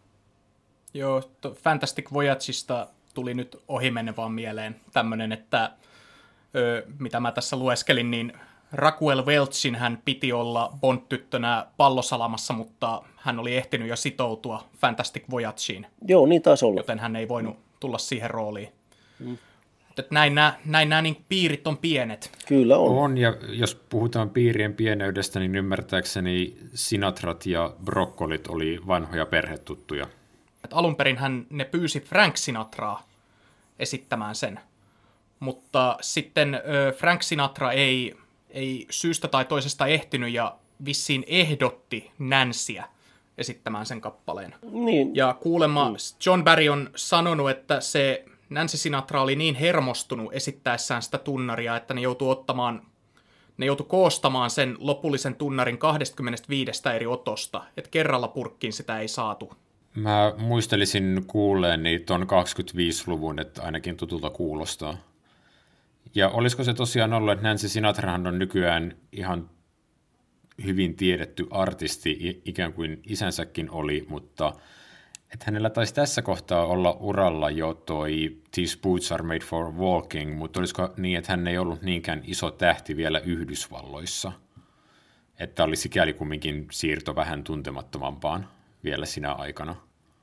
Speaker 3: Joo, Fantastic Voyageista tuli nyt ohimennen vaan mieleen tämmöinen, että ö, mitä mä tässä lueskelin, niin Raquel Welchin hän piti olla Bond-tyttönä Pallosalamassa, mutta hän oli ehtinyt jo sitoutua Fantastic Voyageen.
Speaker 2: Joo, niin taisi olla.
Speaker 3: Joten hän ei voinut tulla siihen rooliin. Mm. Että näin nämä, näin nämä niin piirit on pienet.
Speaker 2: Kyllä on.
Speaker 1: On, ja jos puhutaan piirien pieneydestä, niin ymmärtääkseni Sinatrat ja Brokkolit oli vanhoja perhetuttuja.
Speaker 3: Et alun perin hän ne pyysi Frank Sinatraa esittämään sen, mutta sitten ö, Frank Sinatra ei, ei syystä tai toisesta ehtinyt ja vissiin ehdotti Nancyä esittämään sen kappaleen.
Speaker 2: Niin.
Speaker 3: Ja kuulemma mm. John Barry on sanonut, että se Nancy Sinatra oli niin hermostunut esittäessään sitä tunnaria, että ne joutui ottamaan, ne joutui koostamaan sen lopullisen tunnarin kaksikymmentäviisi eri otosta, että kerralla purkkiin sitä ei saatu.
Speaker 1: Mä muistelisin kuulleeni tuon kaksikymmentäviisi-luvun, että ainakin tutulta kuulostaa. Ja olisiko se tosiaan ollut, että Nancy Sinatrahan on nykyään ihan hyvin tiedetty artisti, ikään kuin isänsäkin oli, mutta että hänellä taisi tässä kohtaa olla uralla jo toi These Boots Are Made for Walking, mutta olisiko niin, että hän ei ollut niinkään iso tähti vielä Yhdysvalloissa, että oli sikäli kumminkin siirto vähän tuntemattomampaan vielä sinä aikana.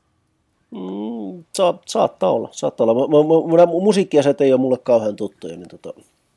Speaker 2: Mm, sa- saattaa olla, saattaa olla. M- m- musiikkiasiat ei ole mulle kauhean tuttuja. Niin tota.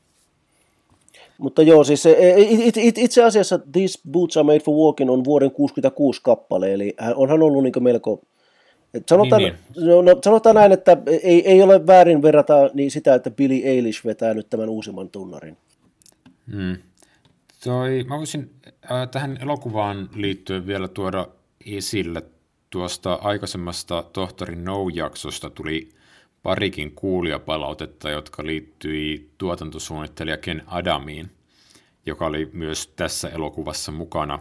Speaker 2: Mutta joo, siis it, it, itse asiassa These Boots Are Made for Walking on vuoden kuusikymmentäkuusi kappale, eli onhan ollut niin melko... Et sanotaan, niin, niin. No, no, sanotaan näin, että ei, ei ole väärin verrata niin sitä, että Billie Eilish vetää nyt tämän uusimman tunnarin.
Speaker 1: Hmm. Toi, mä voisin äh, tähän elokuvaan liittyen vielä tuoda esille tuosta aikaisemmasta Tohtori No-jaksosta tuli parikin kuulijapalautetta, jotka liittyi tuotantosuunnittelija Ken Adamiin, joka oli myös tässä elokuvassa mukana,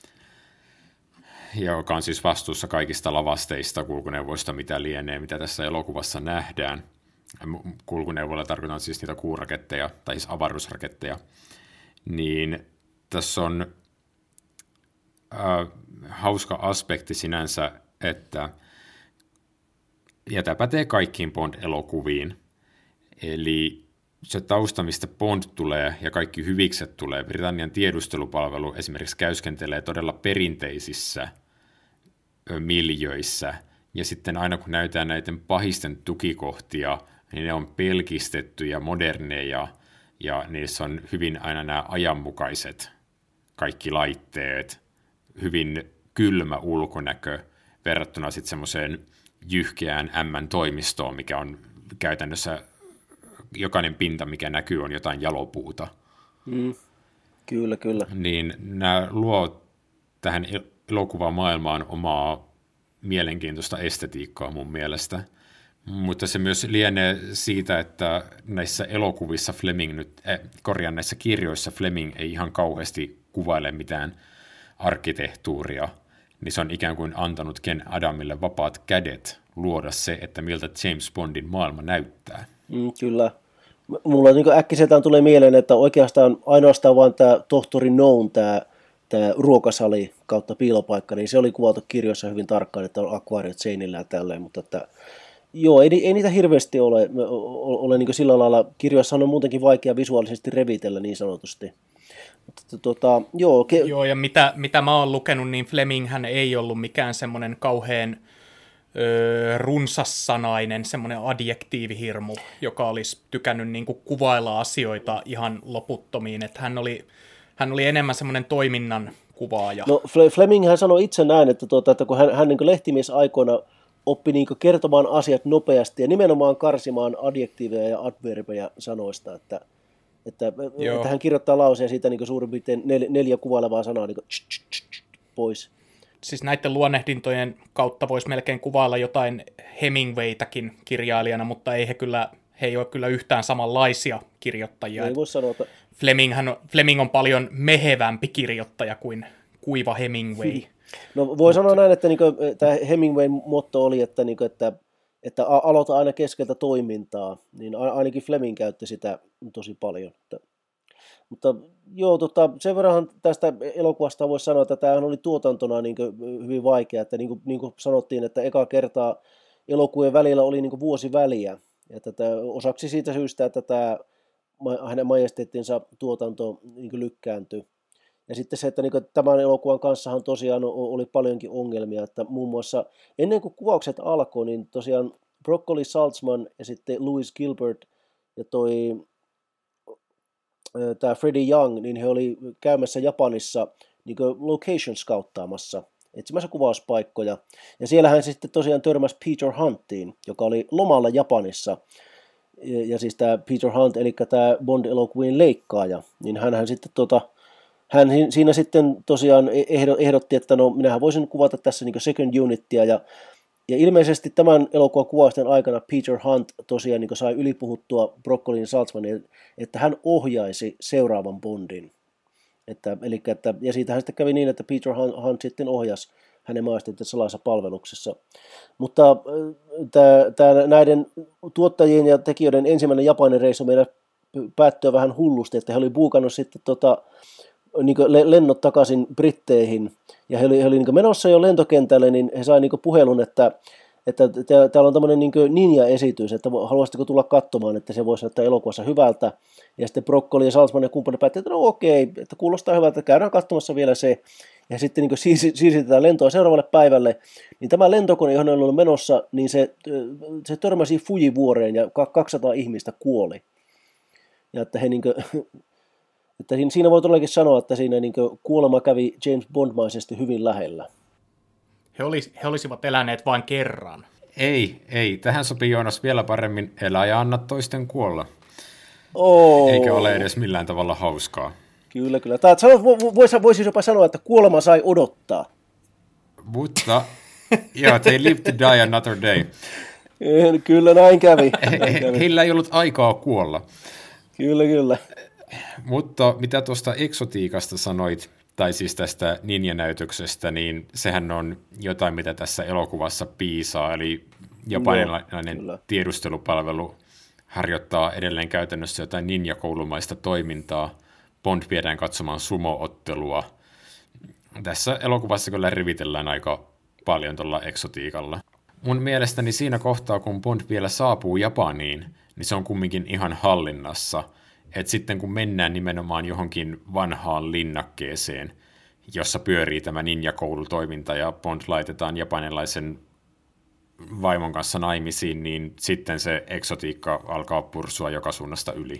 Speaker 1: ja joka on siis vastuussa kaikista lavasteista, kulkuneuvoista, mitä lienee, mitä tässä elokuvassa nähdään. Kulkuneuvoilla tarkoitan siis niitä kuuraketteja, tai siis avaruusraketteja. Niin tässä on äh, hauska aspekti sinänsä, että, ja tämä pätee kaikkiin Bond-elokuviin, eli se tausta, mistä Bond tulee ja kaikki hyvikset tulee, Britannian tiedustelupalvelu esimerkiksi käyskentelee todella perinteisissä miljöissä, ja sitten aina kun näytetään näiden pahisten tukikohtia, niin ne on pelkistetty ja moderneja, ja niissä on hyvin aina nämä ajanmukaiset kaikki laitteet, hyvin kylmä ulkonäkö verrattuna sitten semmoiseen jyhkeään ämmän-toimistoon, mikä on käytännössä jokainen pinta, mikä näkyy, on jotain jalopuuta.
Speaker 2: Mm, kyllä, kyllä.
Speaker 1: Niin nämä luo tähän elokuvamaailmaan omaa mielenkiintoista estetiikkaa mun mielestä. Mutta se myös lienee siitä, että näissä elokuvissa Fleming nyt, äh, korjaan näissä kirjoissa Fleming ei ihan kauheasti kuvaile mitään arkkitehtuuria, niin se on ikään kuin antanut Ken Adamille vapaat kädet luoda se, että miltä James Bondin maailma näyttää.
Speaker 2: Mm, kyllä. Mulla niin äkkiseltään tulee mieleen, että oikeastaan ainoastaan vain tämä tohtori Noon, tämä, tämä ruokasali kautta piilopaikka, niin se oli kuvattu kirjoissa hyvin tarkkaan, että on akvaariot seinillä ja tälleen, mutta että Joo, ei, ei niitä hirveästi ole, ole niin sillä lailla, kirjoissa on muutenkin vaikea visuaalisesti revitellä niin sanotusti. Mutta, tuota, joo, ke...
Speaker 3: joo, ja mitä, mitä mä oon lukenut, niin Fleminghän ei ollut mikään semmoinen kauhean öö, runsassanainen, semmoinen adjektiivihirmu, joka olisi tykännyt niin kuin kuvailla asioita ihan loputtomiin, että hän oli, hän oli enemmän semmoinen toiminnan kuvaaja.
Speaker 2: No Fleming hän sanoi itse näin, että, tuota, että kun hän, hän niin lehtimies aikoina oppi niin kertomaan asiat nopeasti ja nimenomaan karsimaan adjektiiveja ja adverbeja sanoista, että, että, että hän kirjoittaa lauseen siitä niin suurin piirtein neljä, neljä kuvailevaa sanaa niin tsch, tsch, tsch, pois.
Speaker 3: Siis näiden luonnehdintojen kautta voisi melkein kuvailla jotain Hemingwaytäkin kirjailijana, mutta ei he kyllä, he ei ole kyllä yhtään samanlaisia kirjoittajia.
Speaker 2: Ei voi sanoa, että...
Speaker 3: Fleming, hän, Fleming on paljon mehevämpi kirjoittaja kuin kuiva Hemingway.
Speaker 2: No voi Mut... sanoa näin, että niin kuin, tämä Hemingwayn motto oli, että, niin kuin, että, että aloita aina keskeltä toimintaa, niin ainakin Fleming käytti sitä tosi paljon. Että, mutta joo, tota, sen verran tästä elokuvasta voisi sanoa, että tämähän oli tuotantona niin kuin, hyvin vaikea, että niin kuin, niin kuin sanottiin, että eka kertaa elokuvien välillä oli niin kuin vuosi väliä, ja tätä, osaksi siitä syystä, että tämä hänen majesteettinsa tuotanto niin kuin lykkääntyi. Ja sitten se, että niin kuin, tämän elokuvan kanssahan tosiaan oli paljonkin ongelmia, että muun muassa ennen kuin kuvaukset alkoi, niin tosiaan Broccoli Saltzman ja sitten Louis Gilbert ja toi tämä Freddie Young, niin he oli käymässä Japanissa niin kuin location scouttaamassa, etsimässä kuvauspaikkoja. Ja siellä hän sitten tosiaan törmäsi Peter Huntiin, joka oli lomalla Japanissa. Ja, ja siis tämä Peter Hunt, eli tämä Bond-elokuvien leikkaaja, niin hänhän sitten tota, hän siinä sitten tosiaan ehdotti, että no minähän voisin kuvata tässä niin kuin second unitia, ja, ja ilmeisesti tämän elokuvan kuvausten aikana Peter Hunt tosiaan niin kuin sai ylipuhuttua Broccolin Saltzmanin, että hän ohjaisi seuraavan Bondin. Että, eli, että, ja siitähän sitten kävi niin, että Peter Hunt, Hunt sitten ohjasi hänen maastinten salaisessa palveluksessa. Mutta tämä, tämä näiden tuottajien ja tekijöiden ensimmäinen Japanin reissu meidän päättyy vähän hullusti, että he oli buukannut sitten tota, niin lennot takaisin Britteihin, ja he oli, he oli niin menossa jo lentokentälle, niin he sai niin puhelun, että, että täällä on tämmöinen niin ninja-esitys, että haluaisitteko tulla katsomaan, että se voisi näyttää elokuvassa hyvältä, ja sitten Broccoli ja Saltzman ja kumppani päätti, että no okei, että kuulostaa hyvältä, että käydään katsomassa vielä se, ja sitten niin siirsitetään lentoa seuraavalle päivälle, niin tämä lentokone, johon oli ollut menossa, niin se, se törmäsi Fujivuoreen, ja kaksisataa ihmistä kuoli, ja että he niin kuin, että siinä voi todellakin sanoa, että siinä niin kuolema kävi James Bond-maisesti hyvin lähellä.
Speaker 3: He, olis, he olisivat eläneet vain kerran.
Speaker 1: Ei, ei. Tähän sopii Joonas vielä paremmin elää ja anna toisten kuolla.
Speaker 2: Oh.
Speaker 1: Eikä ole edes millään tavalla hauskaa.
Speaker 2: Kyllä, kyllä. Tämä, voisi, voisi jopa sanoa, että kuolema sai odottaa.
Speaker 1: Mutta, joo, they live to die another day.
Speaker 2: Kyllä, näin kävi. Näin kävi.
Speaker 1: Heillä ei ollut aikaa kuolla.
Speaker 2: Kyllä, kyllä.
Speaker 1: Mutta mitä tuosta eksotiikasta sanoit, tai siis tästä ninjanäytöksestä, niin sehän on jotain, mitä tässä elokuvassa piisaa, eli japanilainen no, tiedustelupalvelu harjoittaa edelleen käytännössä jotain ninjakoulumaista toimintaa. Bond viedään katsomaan sumo-ottelua. Tässä elokuvassa kyllä rivitellään aika paljon tuolla eksotiikalla. Mun mielestäni siinä kohtaa, kun Bond vielä saapuu Japaniin, niin se on kumminkin ihan hallinnassa. Että sitten kun mennään nimenomaan johonkin vanhaan linnakkeeseen, jossa pyörii tämä ninjakoulutoiminta ja Bond laitetaan japanilaisen vaimon kanssa naimisiin, niin sitten se eksotiikka alkaa pursua joka suunnasta yli.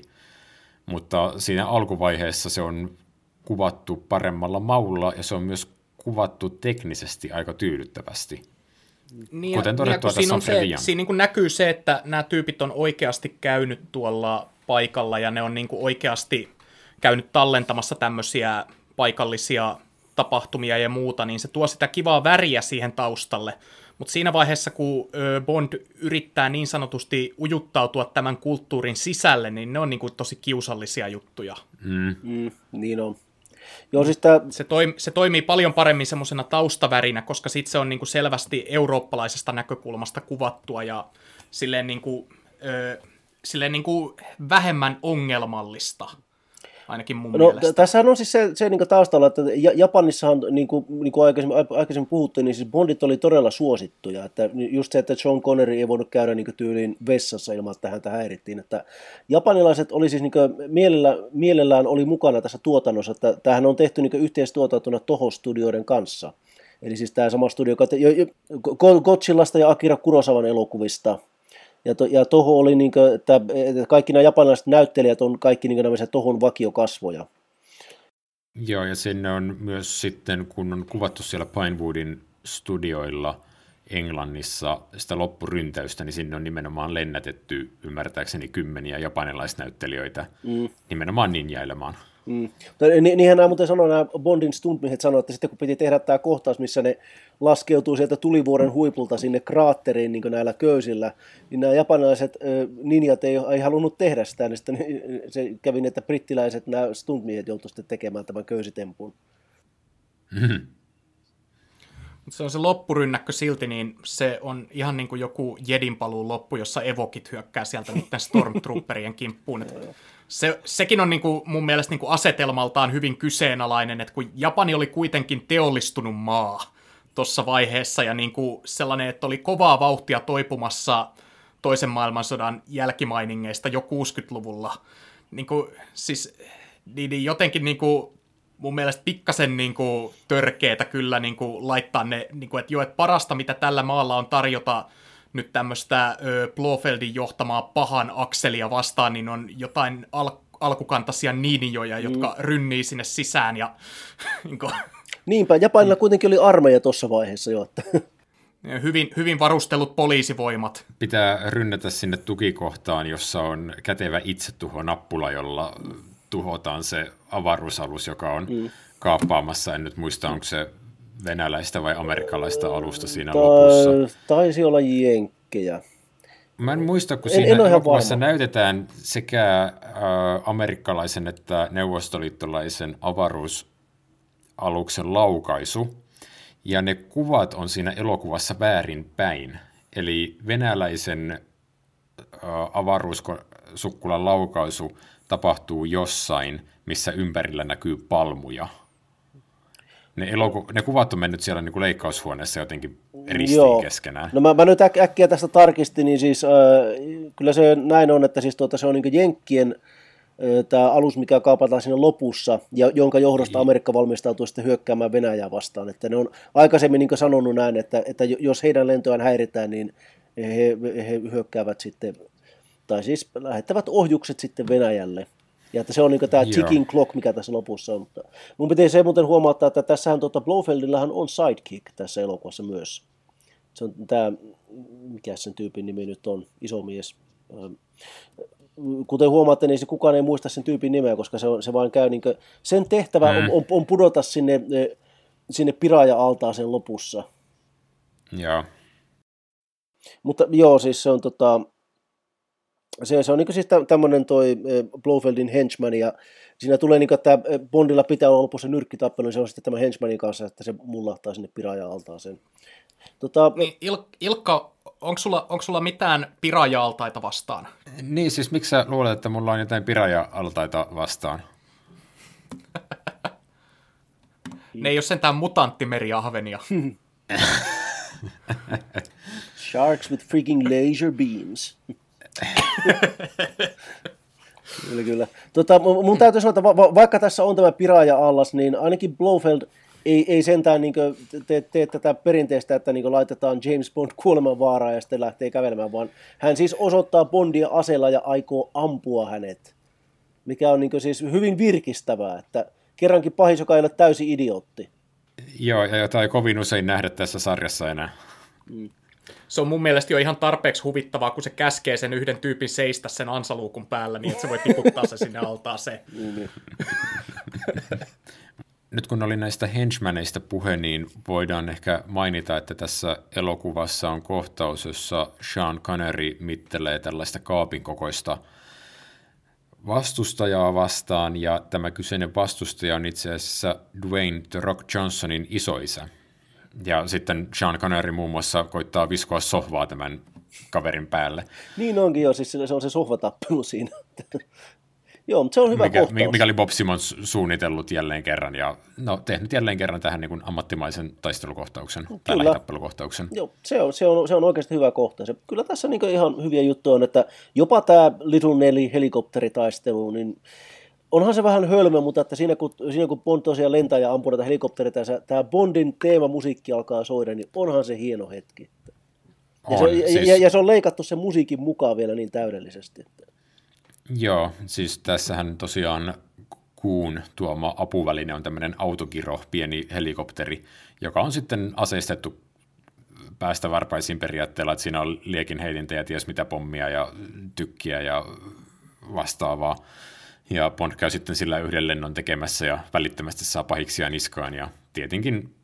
Speaker 1: Mutta siinä alkuvaiheessa se on kuvattu paremmalla maulla ja se on myös kuvattu teknisesti aika tyydyttävästi.
Speaker 3: Niin, Kuten todettua, tässä siinä on, on se, siinä niin kuin näkyy se, että nämä tyypit on oikeasti käynyt tuolla paikalla ja ne on niin kuin oikeasti käynyt tallentamassa tämmöisiä paikallisia tapahtumia ja muuta, niin se tuo sitä kivaa väriä siihen taustalle. Mutta siinä vaiheessa, kun Bond yrittää niin sanotusti ujuttautua tämän kulttuurin sisälle, niin ne on niin kuin tosi kiusallisia juttuja.
Speaker 1: Mm.
Speaker 2: Mm, niin on. Joo, siis tää...
Speaker 3: se, toim, se toimii paljon paremmin semmoisena taustavärinä, koska sitten se on niin kuin selvästi eurooppalaisesta näkökulmasta kuvattua ja silleen, niin kuin, ö, silleen niin kuin vähemmän ongelmallista. ainakin mun
Speaker 2: no,
Speaker 3: mielestä.
Speaker 2: Tässähän on siis se, se niin taustalla, että Japanissahan, niin kuin, niin kuin aikaisemmin, aikaisemmin puhuttiin, niin siis Bondit oli todella suosittuja. Että just se, että Sean Connery ei voinut käydä niin tyyliin vessassa ilman, että häntä häirittiin. Että japanilaiset oli siis niin mielellä, mielellään oli mukana tässä tuotannossa. Että tämähän on tehty niin yhteistuotantona Toho-studioiden kanssa. Eli siis tämä sama studio, joka te, jo, jo, Godzillasta ja Akira Kurosawan elokuvista. Ja, to, ja Toho oli, niin kuin, että, että kaikki nämä japanilaiset näyttelijät on kaikki niin kuin Tohon vakiokasvoja.
Speaker 1: Joo, ja sinne on myös sitten, kun on kuvattu siellä Pinewoodin studioilla Englannissa sitä loppuryntäystä, niin sinne on nimenomaan lennätetty ymmärtääkseni kymmeniä japanilaisnäyttelijöitä mm. nimenomaan ninjailemaan.
Speaker 2: Mm. Ni, niinhän nämä muuten sanoi, nämä Bondin stuntmiehet sanoivat, että sitten kun piti tehdä tämä kohtaus, missä ne laskeutuu sieltä tulivuoren huipulta sinne kraatteriin niin näillä köysillä, niin nämä japanilaiset äh, ninjat ei, ei halunnut tehdä sitä, niin sitten se kävi niin, että brittiläiset nämä stuntmiehet joutuivat sitten tekemään tämän köysitempun.
Speaker 1: Mm-hmm.
Speaker 3: Se on se loppurynnäkkö silti, niin se on ihan niin kuin joku Jedin paluun loppu, jossa evokit hyökkää sieltä niiden Stormtrooperien kimppuun. Se, sekin on niin kuin mun mielestä niin kuin asetelmaltaan hyvin kyseenalainen, että kun Japani oli kuitenkin teollistunut maa tuossa vaiheessa ja niin kuin sellainen, että oli kovaa vauhtia toipumassa toisen maailmansodan jälkimainingeista jo kuusikymmentäluvulla. Niin kuin, siis niin jotenkin niin kuin mun mielestä pikkasen niin kuin törkeetä kyllä niin kuin laittaa ne, niin kuin, että jo, että parasta mitä tällä maalla on tarjota nyt tämmöistä Blofeldin johtamaa pahan akselia vastaan, niin on jotain al- alkukantaisia niinijoja, jotka mm. rynnii sinne sisään. Ja, niin kuin,
Speaker 2: niinpä, Japanilla kuitenkin oli armeija tuossa vaiheessa jo. Että.
Speaker 3: Hyvin, hyvin varustellut poliisivoimat.
Speaker 1: Pitää rynnätä sinne tukikohtaan, jossa on kätevä itsetuhonappula, jolla tuhotaan se avaruusalus, joka on mm. kaappaamassa. En nyt muista, onko se venäläistä vai amerikkalaista alusta siinä Ta- lopussa.
Speaker 2: Taisi olla jenkkejä.
Speaker 1: Mä en muista, kun en, siinä en elokuvassa näytetään sekä äh, amerikkalaisen että neuvostoliittolaisen avaruusaluksen laukaisu, ja ne kuvat on siinä elokuvassa väärinpäin. Eli venäläisen äh, avaruussukkulan laukaisu tapahtuu jossain, missä ympärillä näkyy palmuja. Ne, eloku- ne kuvat on mennyt siellä niin kuin leikkaushuoneessa jotenkin ristiin Joo. keskenään.
Speaker 2: No mä, mä nyt äk- äkkiä tästä tarkistin, niin siis äh, kyllä se näin on, että siis tuota, se on niin kuin Jenkkien äh, tämä alus, mikä kaapataan siinä lopussa, ja jonka johdosta Amerikka valmistautuu sitten hyökkäämään Venäjää vastaan. Että ne on aikaisemmin niin kuin sanonut näin, että, että jos heidän lentoään häiritään, niin he, he hyökkäävät sitten, tai siis lähettävät ohjukset sitten Venäjälle. Ja että se on niin tämä ticking clock, mikä tässä lopussa on. Mutta mun pitäisi se muuten huomauttaa, että tässähän tuota Blofeldillahan on sidekick tässä elokuvassa myös. Se on tämä, mikä sen tyypin nimi nyt on, iso mies. Kuten huomaatte, niin se kukaan ei muista sen tyypin nimeä, koska se, on, se vaan käy, niin kuin, sen tehtävä mm. on, on, on pudota sinne, sinne piraaja-altaaseen lopussa.
Speaker 1: Joo.
Speaker 2: Mutta joo, siis se on tota... Se, se on niin siis tämmöinen toi Blofeldin henchman, ja siinä tulee niin kuin, että Bondilla pitää olla lopussa nyrkkitappelu, niin se on sitten tämän henchmanin kanssa, että se mullahtaa sinne piraaja-altaaseen. Tota...
Speaker 3: Niin, Il- Ilkka, onko sulla, onko sulla mitään piraaja-altaita vastaan?
Speaker 1: Niin, siis miksi sä luulet, että mulla on jotain piraaja-altaita vastaan?
Speaker 3: Ne ei ole sentään mutanttimeriahvenia.
Speaker 2: Sharks with freaking laser beams. Kyllä, kyllä. Tota, mun täytyy sanoa, että va- va- vaikka tässä on tämä piraaja-allas, niin ainakin Blofeld ei, ei sentään niin tee, tee tätä perinteistä, että niin laitetaan James Bond kuoleman vaaraan ja sitten lähtee kävelemään, vaan hän siis osoittaa Bondia aseella ja aikoo ampua hänet, mikä on niin siis hyvin virkistävää, että kerrankin pahis, joka ei ole täysin idiootti.
Speaker 1: Joo, ja jota ei kovin usein nähdä tässä sarjassa enää.
Speaker 3: Mm. Se on mun mielestä jo ihan tarpeeksi huvittavaa, kun se käskee sen yhden tyypin seistä sen ansaluukun päällä, niin että se voi tiputtaa se sinne altaaseen.
Speaker 1: Nyt kun oli näistä henchmaneista puhe, niin voidaan ehkä mainita, että tässä elokuvassa on kohtaus, jossa Sean Connery mittelee tällaista kaapin kokoista vastustajaa vastaan, ja tämä kyseinen vastustaja on itse asiassa Dwayne The Rock Johnsonin isoisä. Ja sitten Sean Connery muun muassa koittaa viskoa sohvaa tämän kaverin päälle.
Speaker 2: Niin onkin jo, siis se on se sohvatappelu siinä. Joo, mutta se on hyvä
Speaker 1: mikä,
Speaker 2: kohtaus.
Speaker 1: Mikä oli Bob Simmons suunnitellut jälleen kerran, ja no, tehnyt jälleen kerran tähän niin kuin ammattimaisen taistelukohtauksen, kyllä. Tai lähitappelukohtauksen.
Speaker 2: Joo, se on, se on, se on oikeasti hyvä kohtaus. Kyllä tässä niin ihan hyviä juttuja on, että jopa tämä Little Nelly helikopteritaistelu, niin onhan se vähän hölmö, mutta että siinä kun, siinä kun Bond tosiaan lentää ja ampuu näitä helikoptereita, ja tämä Bondin teemamusiikki alkaa soida, niin onhan se hieno hetki. Ja, on, se, siis... ja, ja se on leikattu sen musiikin mukaan vielä niin täydellisesti.
Speaker 1: Joo, siis tässähän tosiaan Kuun tuoma apuväline on tämmöinen autogiro, pieni helikopteri, joka on sitten aseistettu päästä varpaisiin periaatteella, että siinä on liekinheitintä ja ties mitä pommia ja tykkiä ja vastaavaa. Ja Bond käy sitten sillä yhden lennon tekemässä ja välittömästi saa pahiksia niskaan ja tietenkin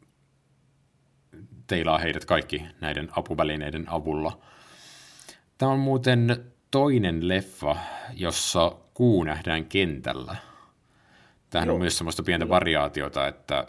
Speaker 1: teilaa heidät kaikki näiden apuvälineiden avulla. Tämä on muuten toinen leffa, jossa Kuu nähdään kentällä. Tämähän Joo. on myös semmoista pientä variaatiota, että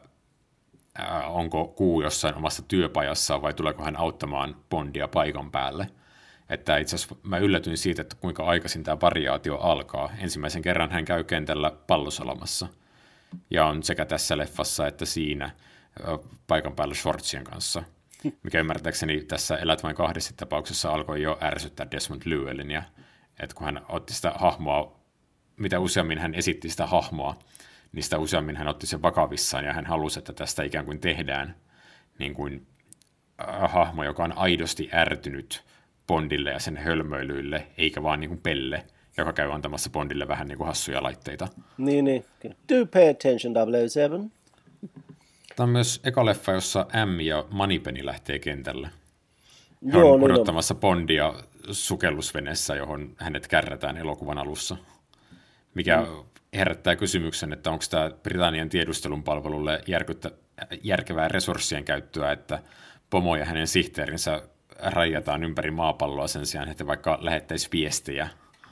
Speaker 1: ää, onko Kuu jossain omassa työpajassaan vai tuleeko hän auttamaan Bondia paikan päälle. Että itse asiassa mä yllätyin siitä, että kuinka aikaisin tämä variaatio alkaa. Ensimmäisen kerran hän käy kentällä Pallosalamassa ja on sekä tässä leffassa että siinä paikan päällä Schwartzien kanssa, mikä ymmärtääkseni tässä Elät vain kahdessa tapauksessa alkoi jo ärsyttää Desmond Llewellyn, ja että kun hän otti sitä hahmoa, mitä useammin hän esitti sitä hahmoa, niin sitä useammin hän otti sen vakavissaan, ja hän halusi, että tästä ikään kuin tehdään niin kuin äh, hahmo, joka on aidosti ärtynyt Bondille ja sen hölmöilyille, eikä vaan niin kuin pelle, joka käy antamassa Bondille vähän niin kuin hassuja laitteita.
Speaker 2: Niin, niin. Do pay attention, double oh seven.
Speaker 1: Tämä on myös eka leffa, jossa M ja Moneypenny lähtee kentälle. He
Speaker 2: Joo,
Speaker 1: on
Speaker 2: niin
Speaker 1: odottamassa on. Bondia sukellusveneessä, johon hänet kärrätään elokuvan alussa. Mikä mm. herättää kysymyksen, että onko tämä Britannian tiedustelun palvelulle järkyttä, järkevää resurssien käyttöä, että pomo ja hänen sihteerinsä rajataan ympäri maapalloa sen sijaan, että vaikka lähettäisi viestejä.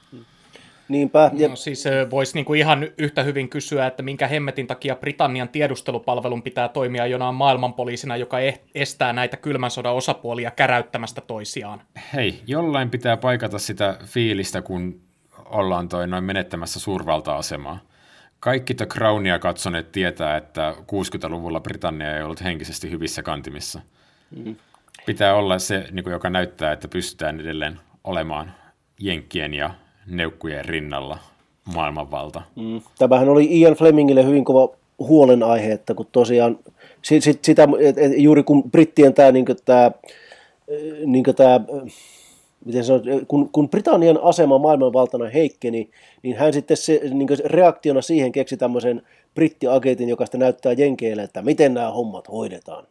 Speaker 2: Niinpä.
Speaker 3: No, siis voisi niinku ihan yhtä hyvin kysyä, että minkä hemmetin takia Britannian tiedustelupalvelun pitää toimia jonain maailmanpoliisina, joka estää näitä kylmän sodan osapuolia käräyttämästä toisiaan.
Speaker 1: Hei, jollain pitää paikata sitä fiilistä, kun ollaan toi noin menettämässä suurvalta-asemaa. Kaikki The Crownia katsoneet tietää, että kuusikymmentäluvulla Britannia ei ollut henkisesti hyvissä kantimissa. Mm. Pitää olla se, joka näyttää, että pystytään edelleen olemaan jenkkien ja neukkujen rinnalla maailmanvalta.
Speaker 2: Mm. Tämähän oli Ian Flemingille hyvin kova huolenaihe, että kun tosiaan sit, sit, sitä, et, et, juuri kun brittien tämä, niin tämä, niin tämä miten se on, kun, kun Britannian asema maailmanvaltana heikkeni, niin hän sitten se, niin reaktiona siihen keksi tämmöisen brittiagentin, joka sitten näyttää jenkeille, että miten nämä hommat hoidetaan.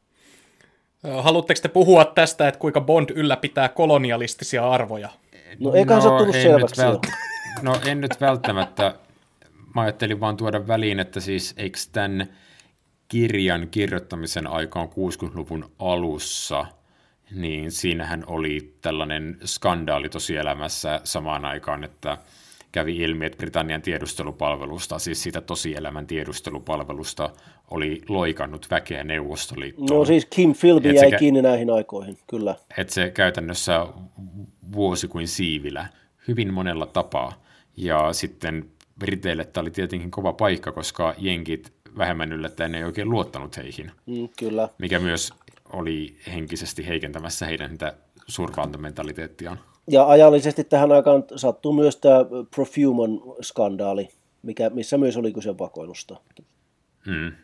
Speaker 3: Haluatteko te puhua tästä, että kuinka Bond ylläpitää kolonialistisia arvoja?
Speaker 2: No eiköhän no, se ole tullut selväksi.
Speaker 1: Vält- no en nyt välttämättä. Mä ajattelin vaan tuoda väliin, että siis eikö tämän kirjan kirjoittamisen aikaan kuusikymmentäluvun alussa, niin siinähän oli tällainen skandaali tosielämässä samaan aikaan, että kävi ilmi, että Britannian tiedustelupalvelusta, siis siitä tosielämän tiedustelupalvelusta, oli loikannut väkeä Neuvostoliittoon.
Speaker 2: No siis Kim Philby jäi se, kiinni näihin aikoihin, kyllä.
Speaker 1: Että se käytännössä vuosi kuin siivilä, hyvin monella tapaa. Ja sitten Briteille tämä oli tietenkin kova paikka, koska jenkit vähemmän yllättäen ei oikein luottanut heihin.
Speaker 2: Mm, kyllä.
Speaker 1: Mikä myös oli henkisesti heikentämässä heidän suurvaltamentaliteettiaan.
Speaker 2: Ja ajallisesti tähän aikaan sattuu myös tämä Profumon-skandaali, mikä, missä myös oli kyse vakoilusta. Mm.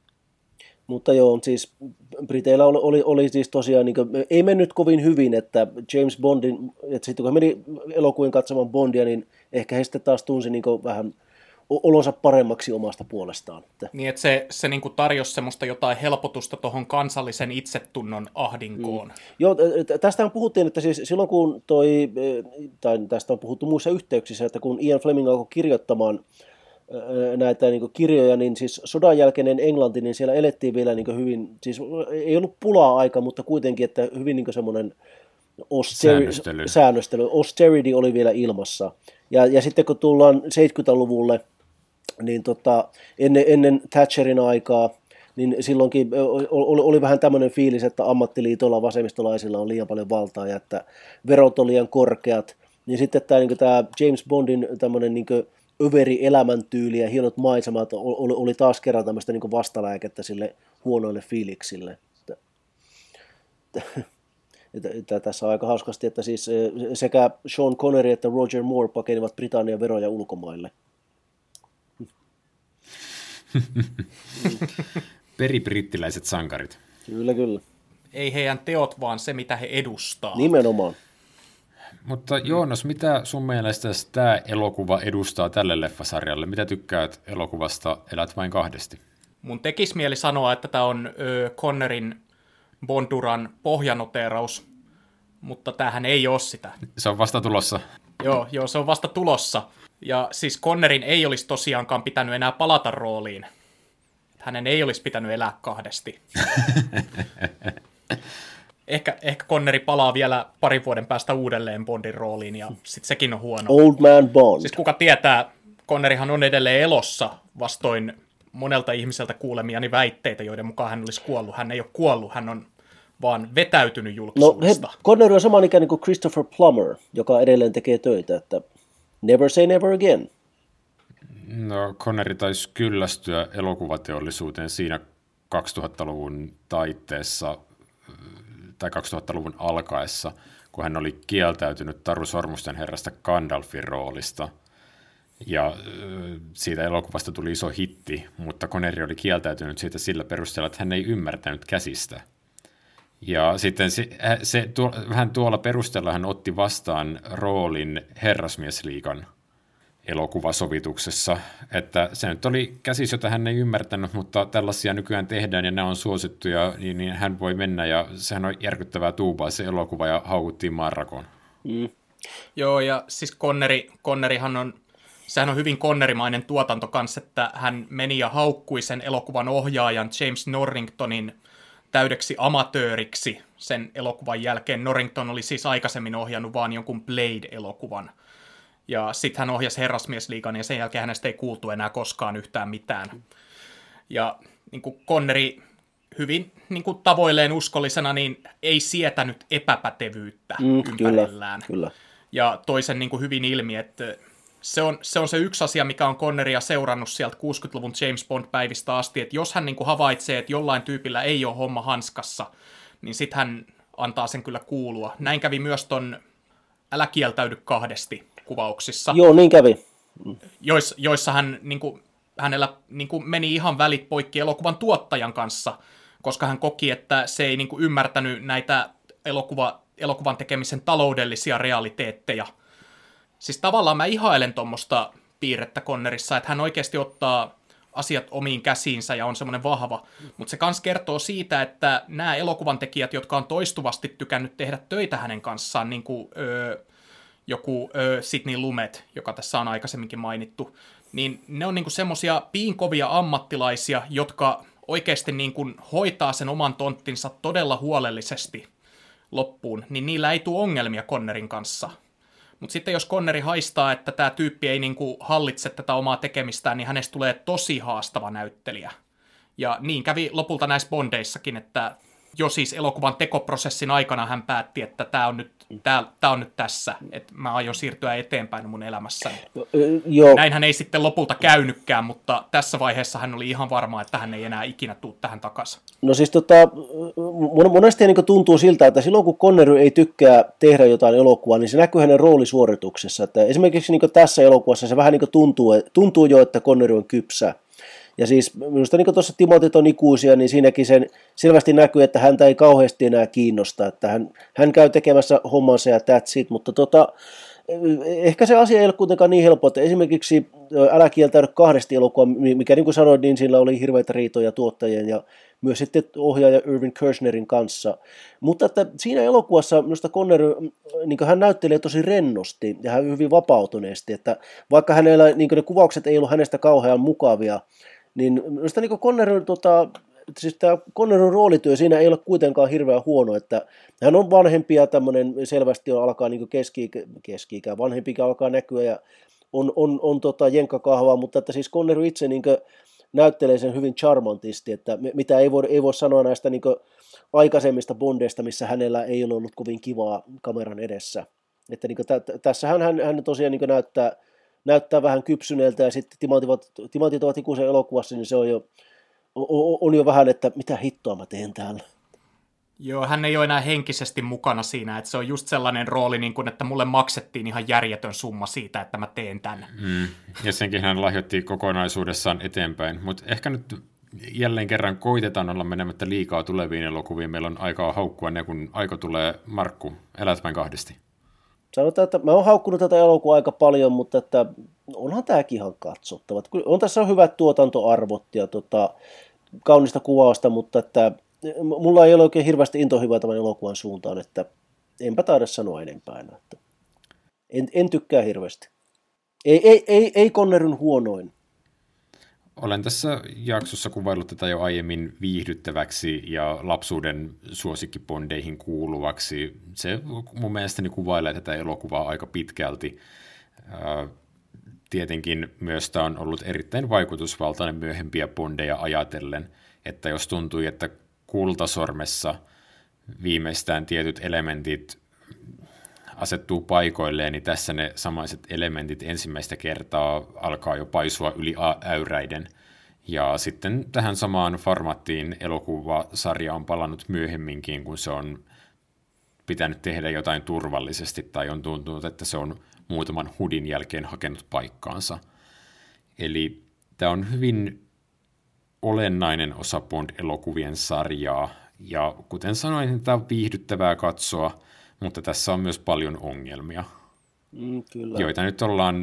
Speaker 2: Mutta joo, siis Briteillä oli, oli, oli siis tosiaan, niin kuin, ei mennyt kovin hyvin, että James Bondin, että sitten kun he meni elokuviin katsomaan Bondia, niin ehkä he sitten taas tunsi niin kuin vähän olonsa paremmaksi omasta puolestaan.
Speaker 3: Niin, että se, se niin kuin tarjosi semmoista jotain helpotusta tuohon kansallisen itsetunnon ahdinkoon. Mm.
Speaker 2: Joo, tästä puhuttiin, että siis silloin kun toi, tai tästä on puhuttu muissa yhteyksissä, että kun Ian Fleming alkoi kirjoittamaan näitä niin kuin kirjoja, niin siis sodan jälkeinen Englanti, niin siellä elettiin vielä niin kuin hyvin, siis ei ollut pulaa aika, mutta kuitenkin, että hyvin niin kuin semmoinen austeri- säännöstely. säännöstely, austerity oli vielä ilmassa. Ja, ja sitten kun tullaan seitsemänkymmentäluvulle, niin tota, ennen, ennen Thatcherin aikaa, niin silloinkin oli, oli vähän tämmöinen fiilis, että ammattiliitolla vasemmistolaisilla on liian paljon valtaa ja että verot on liian korkeat. Niin sitten tämä, niin tämä James Bondin tämmöinen niin överi elämäntyyli ja hienot maisemat oli, oli taas kerran tämmöistä niin vastalääkettä sille huonoille fiiliksille. Tässä on aika hauskasti, että siis sekä Sean Connery että Roger Moore pakenivat Britannian veroja ulkomaille.
Speaker 1: Peribrittiläiset sankarit.
Speaker 2: Kyllä, kyllä.
Speaker 3: Ei heidän teot, vaan se, mitä he edustaa.
Speaker 2: Nimenomaan.
Speaker 1: Mutta Joonas, mitä sun mielestä tämä elokuva edustaa tälle leffasarjalle? Mitä tykkäät elokuvasta Elät vain kahdesti?
Speaker 3: Mun tekisi mieli sanoa, että tämä on ö, Connerin Bonduran pohjanoteeraus, mutta tämähän ei ole sitä.
Speaker 1: Se on vasta tulossa.
Speaker 3: Joo, joo, se on vasta tulossa. Ja siis Connerin ei olisi tosiaankaan pitänyt enää palata rooliin. Hänen ei olisi pitänyt elää kahdesti. ehkä, ehkä Conneri palaa vielä parin vuoden päästä uudelleen Bondin rooliin, ja sitten sekin on huono.
Speaker 2: Old Man Bond.
Speaker 3: Siis kuka tietää, Connerihan on edelleen elossa vastoin monelta ihmiseltä kuulemiani väitteitä, joiden mukaan hän olisi kuollut. Hän ei ole kuollut, hän on vaan vetäytynyt julkisuudesta.
Speaker 2: No, he, Connery on saman ikäinen kuin Christopher Plummer, joka edelleen tekee töitä, että never say never again.
Speaker 1: No, Connery taisi kyllästyä elokuvateollisuuteen siinä kaksituhattaluvun taitteessa tai kaksituhattaluvun alkaessa, kun hän oli kieltäytynyt Taru Sormusten herrasta Gandalfin roolista. Ja siitä elokuvasta tuli iso hitti, mutta Connery oli kieltäytynyt siitä sillä perusteella, että hän ei ymmärtänyt käsistä. Ja sitten se, se tuo, hän tuolla perusteella hän otti vastaan roolin Herrasmiesliigan elokuvasovituksessa, että se nyt oli käsis, jota hän ei ymmärtänyt, mutta tällaisia nykyään tehdään ja nämä on suosittuja, niin, niin hän voi mennä ja sehän on järkyttävää tuubaa se elokuva ja haukuttiin maanrakoon.
Speaker 2: Mm.
Speaker 3: Joo, ja siis Conneri, Connerihan on, sehän on hyvin Connerimainen tuotanto kanssa, että hän meni ja haukkui sen elokuvan ohjaajan James Norringtonin täydeksi amatööriksi sen elokuvan jälkeen. Norrington oli siis aikaisemmin ohjannut vaan jonkun Blade-elokuvan. Ja sitten hän ohjasi Herrasmiesliigan, ja sen jälkeen hänestä ei kuultu enää koskaan yhtään mitään. Ja niin kuin Conneri hyvin niin kuin tavoilleen uskollisena, niin ei sietänyt epäpätevyyttä mm, ympärillään.
Speaker 2: Kyllä, kyllä.
Speaker 3: Ja toisen niin kuin hyvin ilmi, että se on, se on se yksi asia, mikä on Conneria seurannut sieltä kuusikymmentäluvun James Bond-päivistä asti, että jos hän niin kuin havaitsee, että jollain tyypillä ei ole homma hanskassa, niin sitten hän antaa sen kyllä kuulua. Näin kävi myös ton Älä kieltäydy kahdesti -kuvauksissa.
Speaker 2: Joo, niin kävi.
Speaker 3: Jois, joissa hän, niin kuin, hänellä niin kuin meni ihan välit poikki elokuvan tuottajan kanssa, koska hän koki, että se ei niin kuin ymmärtänyt näitä elokuva, elokuvan tekemisen taloudellisia realiteetteja. Siis tavallaan mä ihailen tuommoista piirrettä Connerissa, että hän oikeasti ottaa asiat omiin käsiinsä ja on semmoinen vahva, mutta se kans kertoo siitä, että nämä elokuvan tekijät, jotka on toistuvasti tykännyt tehdä töitä hänen kanssaan, niin kuin öö, joku öö, Sidney Lumet, joka tässä on aikaisemminkin mainittu, niin ne on niinku semmoisia piinkovia ammattilaisia, jotka oikeasti niinku hoitaa sen oman tonttinsa todella huolellisesti loppuun, niin niillä ei tule ongelmia Connerin kanssa. Mutta sitten jos Conneri haistaa, että tämä tyyppi ei niinku hallitse tätä omaa tekemistään, niin hänestä tulee tosi haastava näyttelijä. Ja niin kävi lopulta näissä Bondeissakin, että jo siis elokuvan tekoprosessin aikana hän päätti, että tämä on nyt, tää, tää on nyt tässä, että mä aion siirtyä eteenpäin mun elämässäni.
Speaker 2: Joo.
Speaker 3: Näinhän ei sitten lopulta käynytkään, mutta tässä vaiheessa hän oli ihan varma, että hän ei enää ikinä tule tähän takaisin.
Speaker 2: No siis tota, monesti niin tuntuu siltä, että silloin kun Connery ei tykkää tehdä jotain elokuvaa, niin se näkyy hänen roolisuorituksessa. Että esimerkiksi niin tässä elokuvassa se vähän niin tuntuu, tuntuu jo, että Connery on kypsä. Ja siis minusta niin kuin tuossa Timotit on ikuisia, niin siinäkin sen selvästi näkyy, että häntä ei kauheasti enää kiinnosta, että hän, hän käy tekemässä hommansa ja that's it, mutta tota, ehkä se asia ei ole kuitenkaan niin helppo, että esimerkiksi Älä kieltäydy kahdesti -elokuva, mikä niin kuin sanoin, niin sillä oli hirveitä riitoja tuottajien ja myös sitten ohjaaja Irvin Kershnerin kanssa. Mutta että siinä elokuvassa minusta Connery, niin hän näyttelee tosi rennosti ja hän hyvin vapautuneesti, että vaikka hänellä niin ne kuvaukset ei ollut hänestä kauhean mukavia, niin minusta niin Connery, tota, siis tämä Conneryn roolityö siinä ei ole kuitenkaan hirveän huono, että hän on vanhempi ja tämmöinen selvästi on, alkaa niin keski-ikä, keski-ikä, vanhempi alkaa näkyä ja on, on, on tota jenkkakahvaa, mutta että siis Connery itse niin näyttelee sen hyvin charmantisti, että mitä ei voi, ei voi sanoa näistä niin aikaisemmista Bondeista, missä hänellä ei ole ollut kovin kivaa kameran edessä. Että niin t- tässähän hän, hän tosiaan niin näyttää näyttää vähän kypsyneeltä ja sitten timantit ovat, timantit ovat ikuisen elokuvassa, niin se on jo, on, on jo vähän, että mitä hittoa mä teen täällä.
Speaker 3: Joo, hän ei ole enää henkisesti mukana siinä, että se on just sellainen rooli, niin kuin, että mulle maksettiin ihan järjetön summa siitä, että mä teen tän.
Speaker 1: Mm. Ja senkin hän lahjoitti kokonaisuudessaan eteenpäin, mutta ehkä nyt jälleen kerran koitetaan olla menemättä liikaa tuleviin elokuviin. Meillä on aikaa haukkua ne, kun aika tulee. Markku, elät vain kahdesti.
Speaker 2: Sanotaan, että mä oon haukkunut tätä elokuvaa aika paljon, mutta että onhan tämäkin ihan katsottava. On tässä hyvät tuotantoarvot ja tota, kaunista kuvausta, mutta että mulla ei ole oikein hirveästi intohivaa tämän elokuvan suuntaan, että enpä taida sanoa enempää. Että en, en tykkää hirveästi. Ei, ei, ei, ei Conneryn huonoin.
Speaker 1: Olen tässä jaksossa kuvaillut tätä jo aiemmin viihdyttäväksi ja lapsuuden suosikkibondeihin kuuluvaksi. Se mun mielestäni kuvailee tätä elokuvaa aika pitkälti. Tietenkin myös tämä on ollut erittäin vaikutusvaltainen myöhempiä bondeja ajatellen, että jos tuntui, että Kultasormessa viimeistään tietyt elementit asettuu paikoilleen, niin tässä ne samaiset elementit ensimmäistä kertaa alkaa jo paisua yli äyräiden. Ja sitten tähän samaan formaattiin elokuvasarja on palannut myöhemminkin, kun se on pitänyt tehdä jotain turvallisesti tai on tuntunut, että se on muutaman hudin jälkeen hakenut paikkaansa. Eli tämä on hyvin olennainen osa Bond-elokuvien sarjaa, ja kuten sanoin, tämä on viihdyttävää katsoa, mutta tässä on myös paljon ongelmia,
Speaker 2: mm, kyllä.
Speaker 1: joita nyt ollaan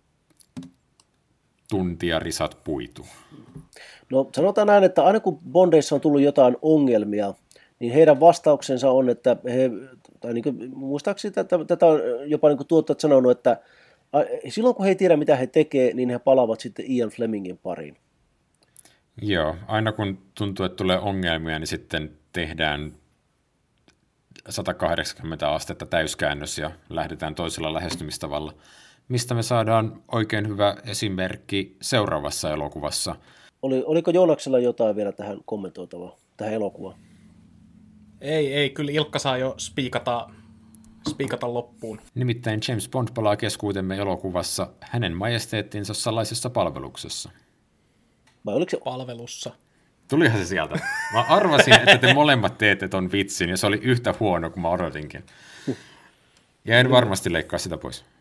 Speaker 1: tuntia risat puitu.
Speaker 2: No sanotaan näin, että aina kun Bondeissa on tullut jotain ongelmia, niin heidän vastauksensa on, että he, tai niin kuin, muistaakseni tätä, tätä on jopa niin kuin tuottajat sanonut, että silloin kun he ei tiedä mitä he tekevät, niin he palaavat sitten Ian Flemingin pariin.
Speaker 1: Joo, aina kun tuntuu, että tulee ongelmia, niin sitten tehdään sata kahdeksankymmentä astetta täyskäännös ja lähdetään toisella lähestymistavalla, mistä me saadaan oikein hyvä esimerkki seuraavassa elokuvassa.
Speaker 2: Oli, oliko Joonaksella jotain vielä tähän kommentoitavaa, tähän elokuvaan?
Speaker 3: Ei, ei, kyllä Ilkka saa jo spiikata, spiikata loppuun.
Speaker 1: Nimittäin James Bond palaa keskuutemme elokuvassa hänen majesteettinsa salaisessa palveluksessa.
Speaker 2: Vai oliko se
Speaker 3: palvelussa?
Speaker 1: Tulihan se sieltä. Mä arvasin, että te molemmat teette ton vitsin, ja se oli yhtä huono kuin mä odotinkin. Ja en varmasti leikkaa sitä pois.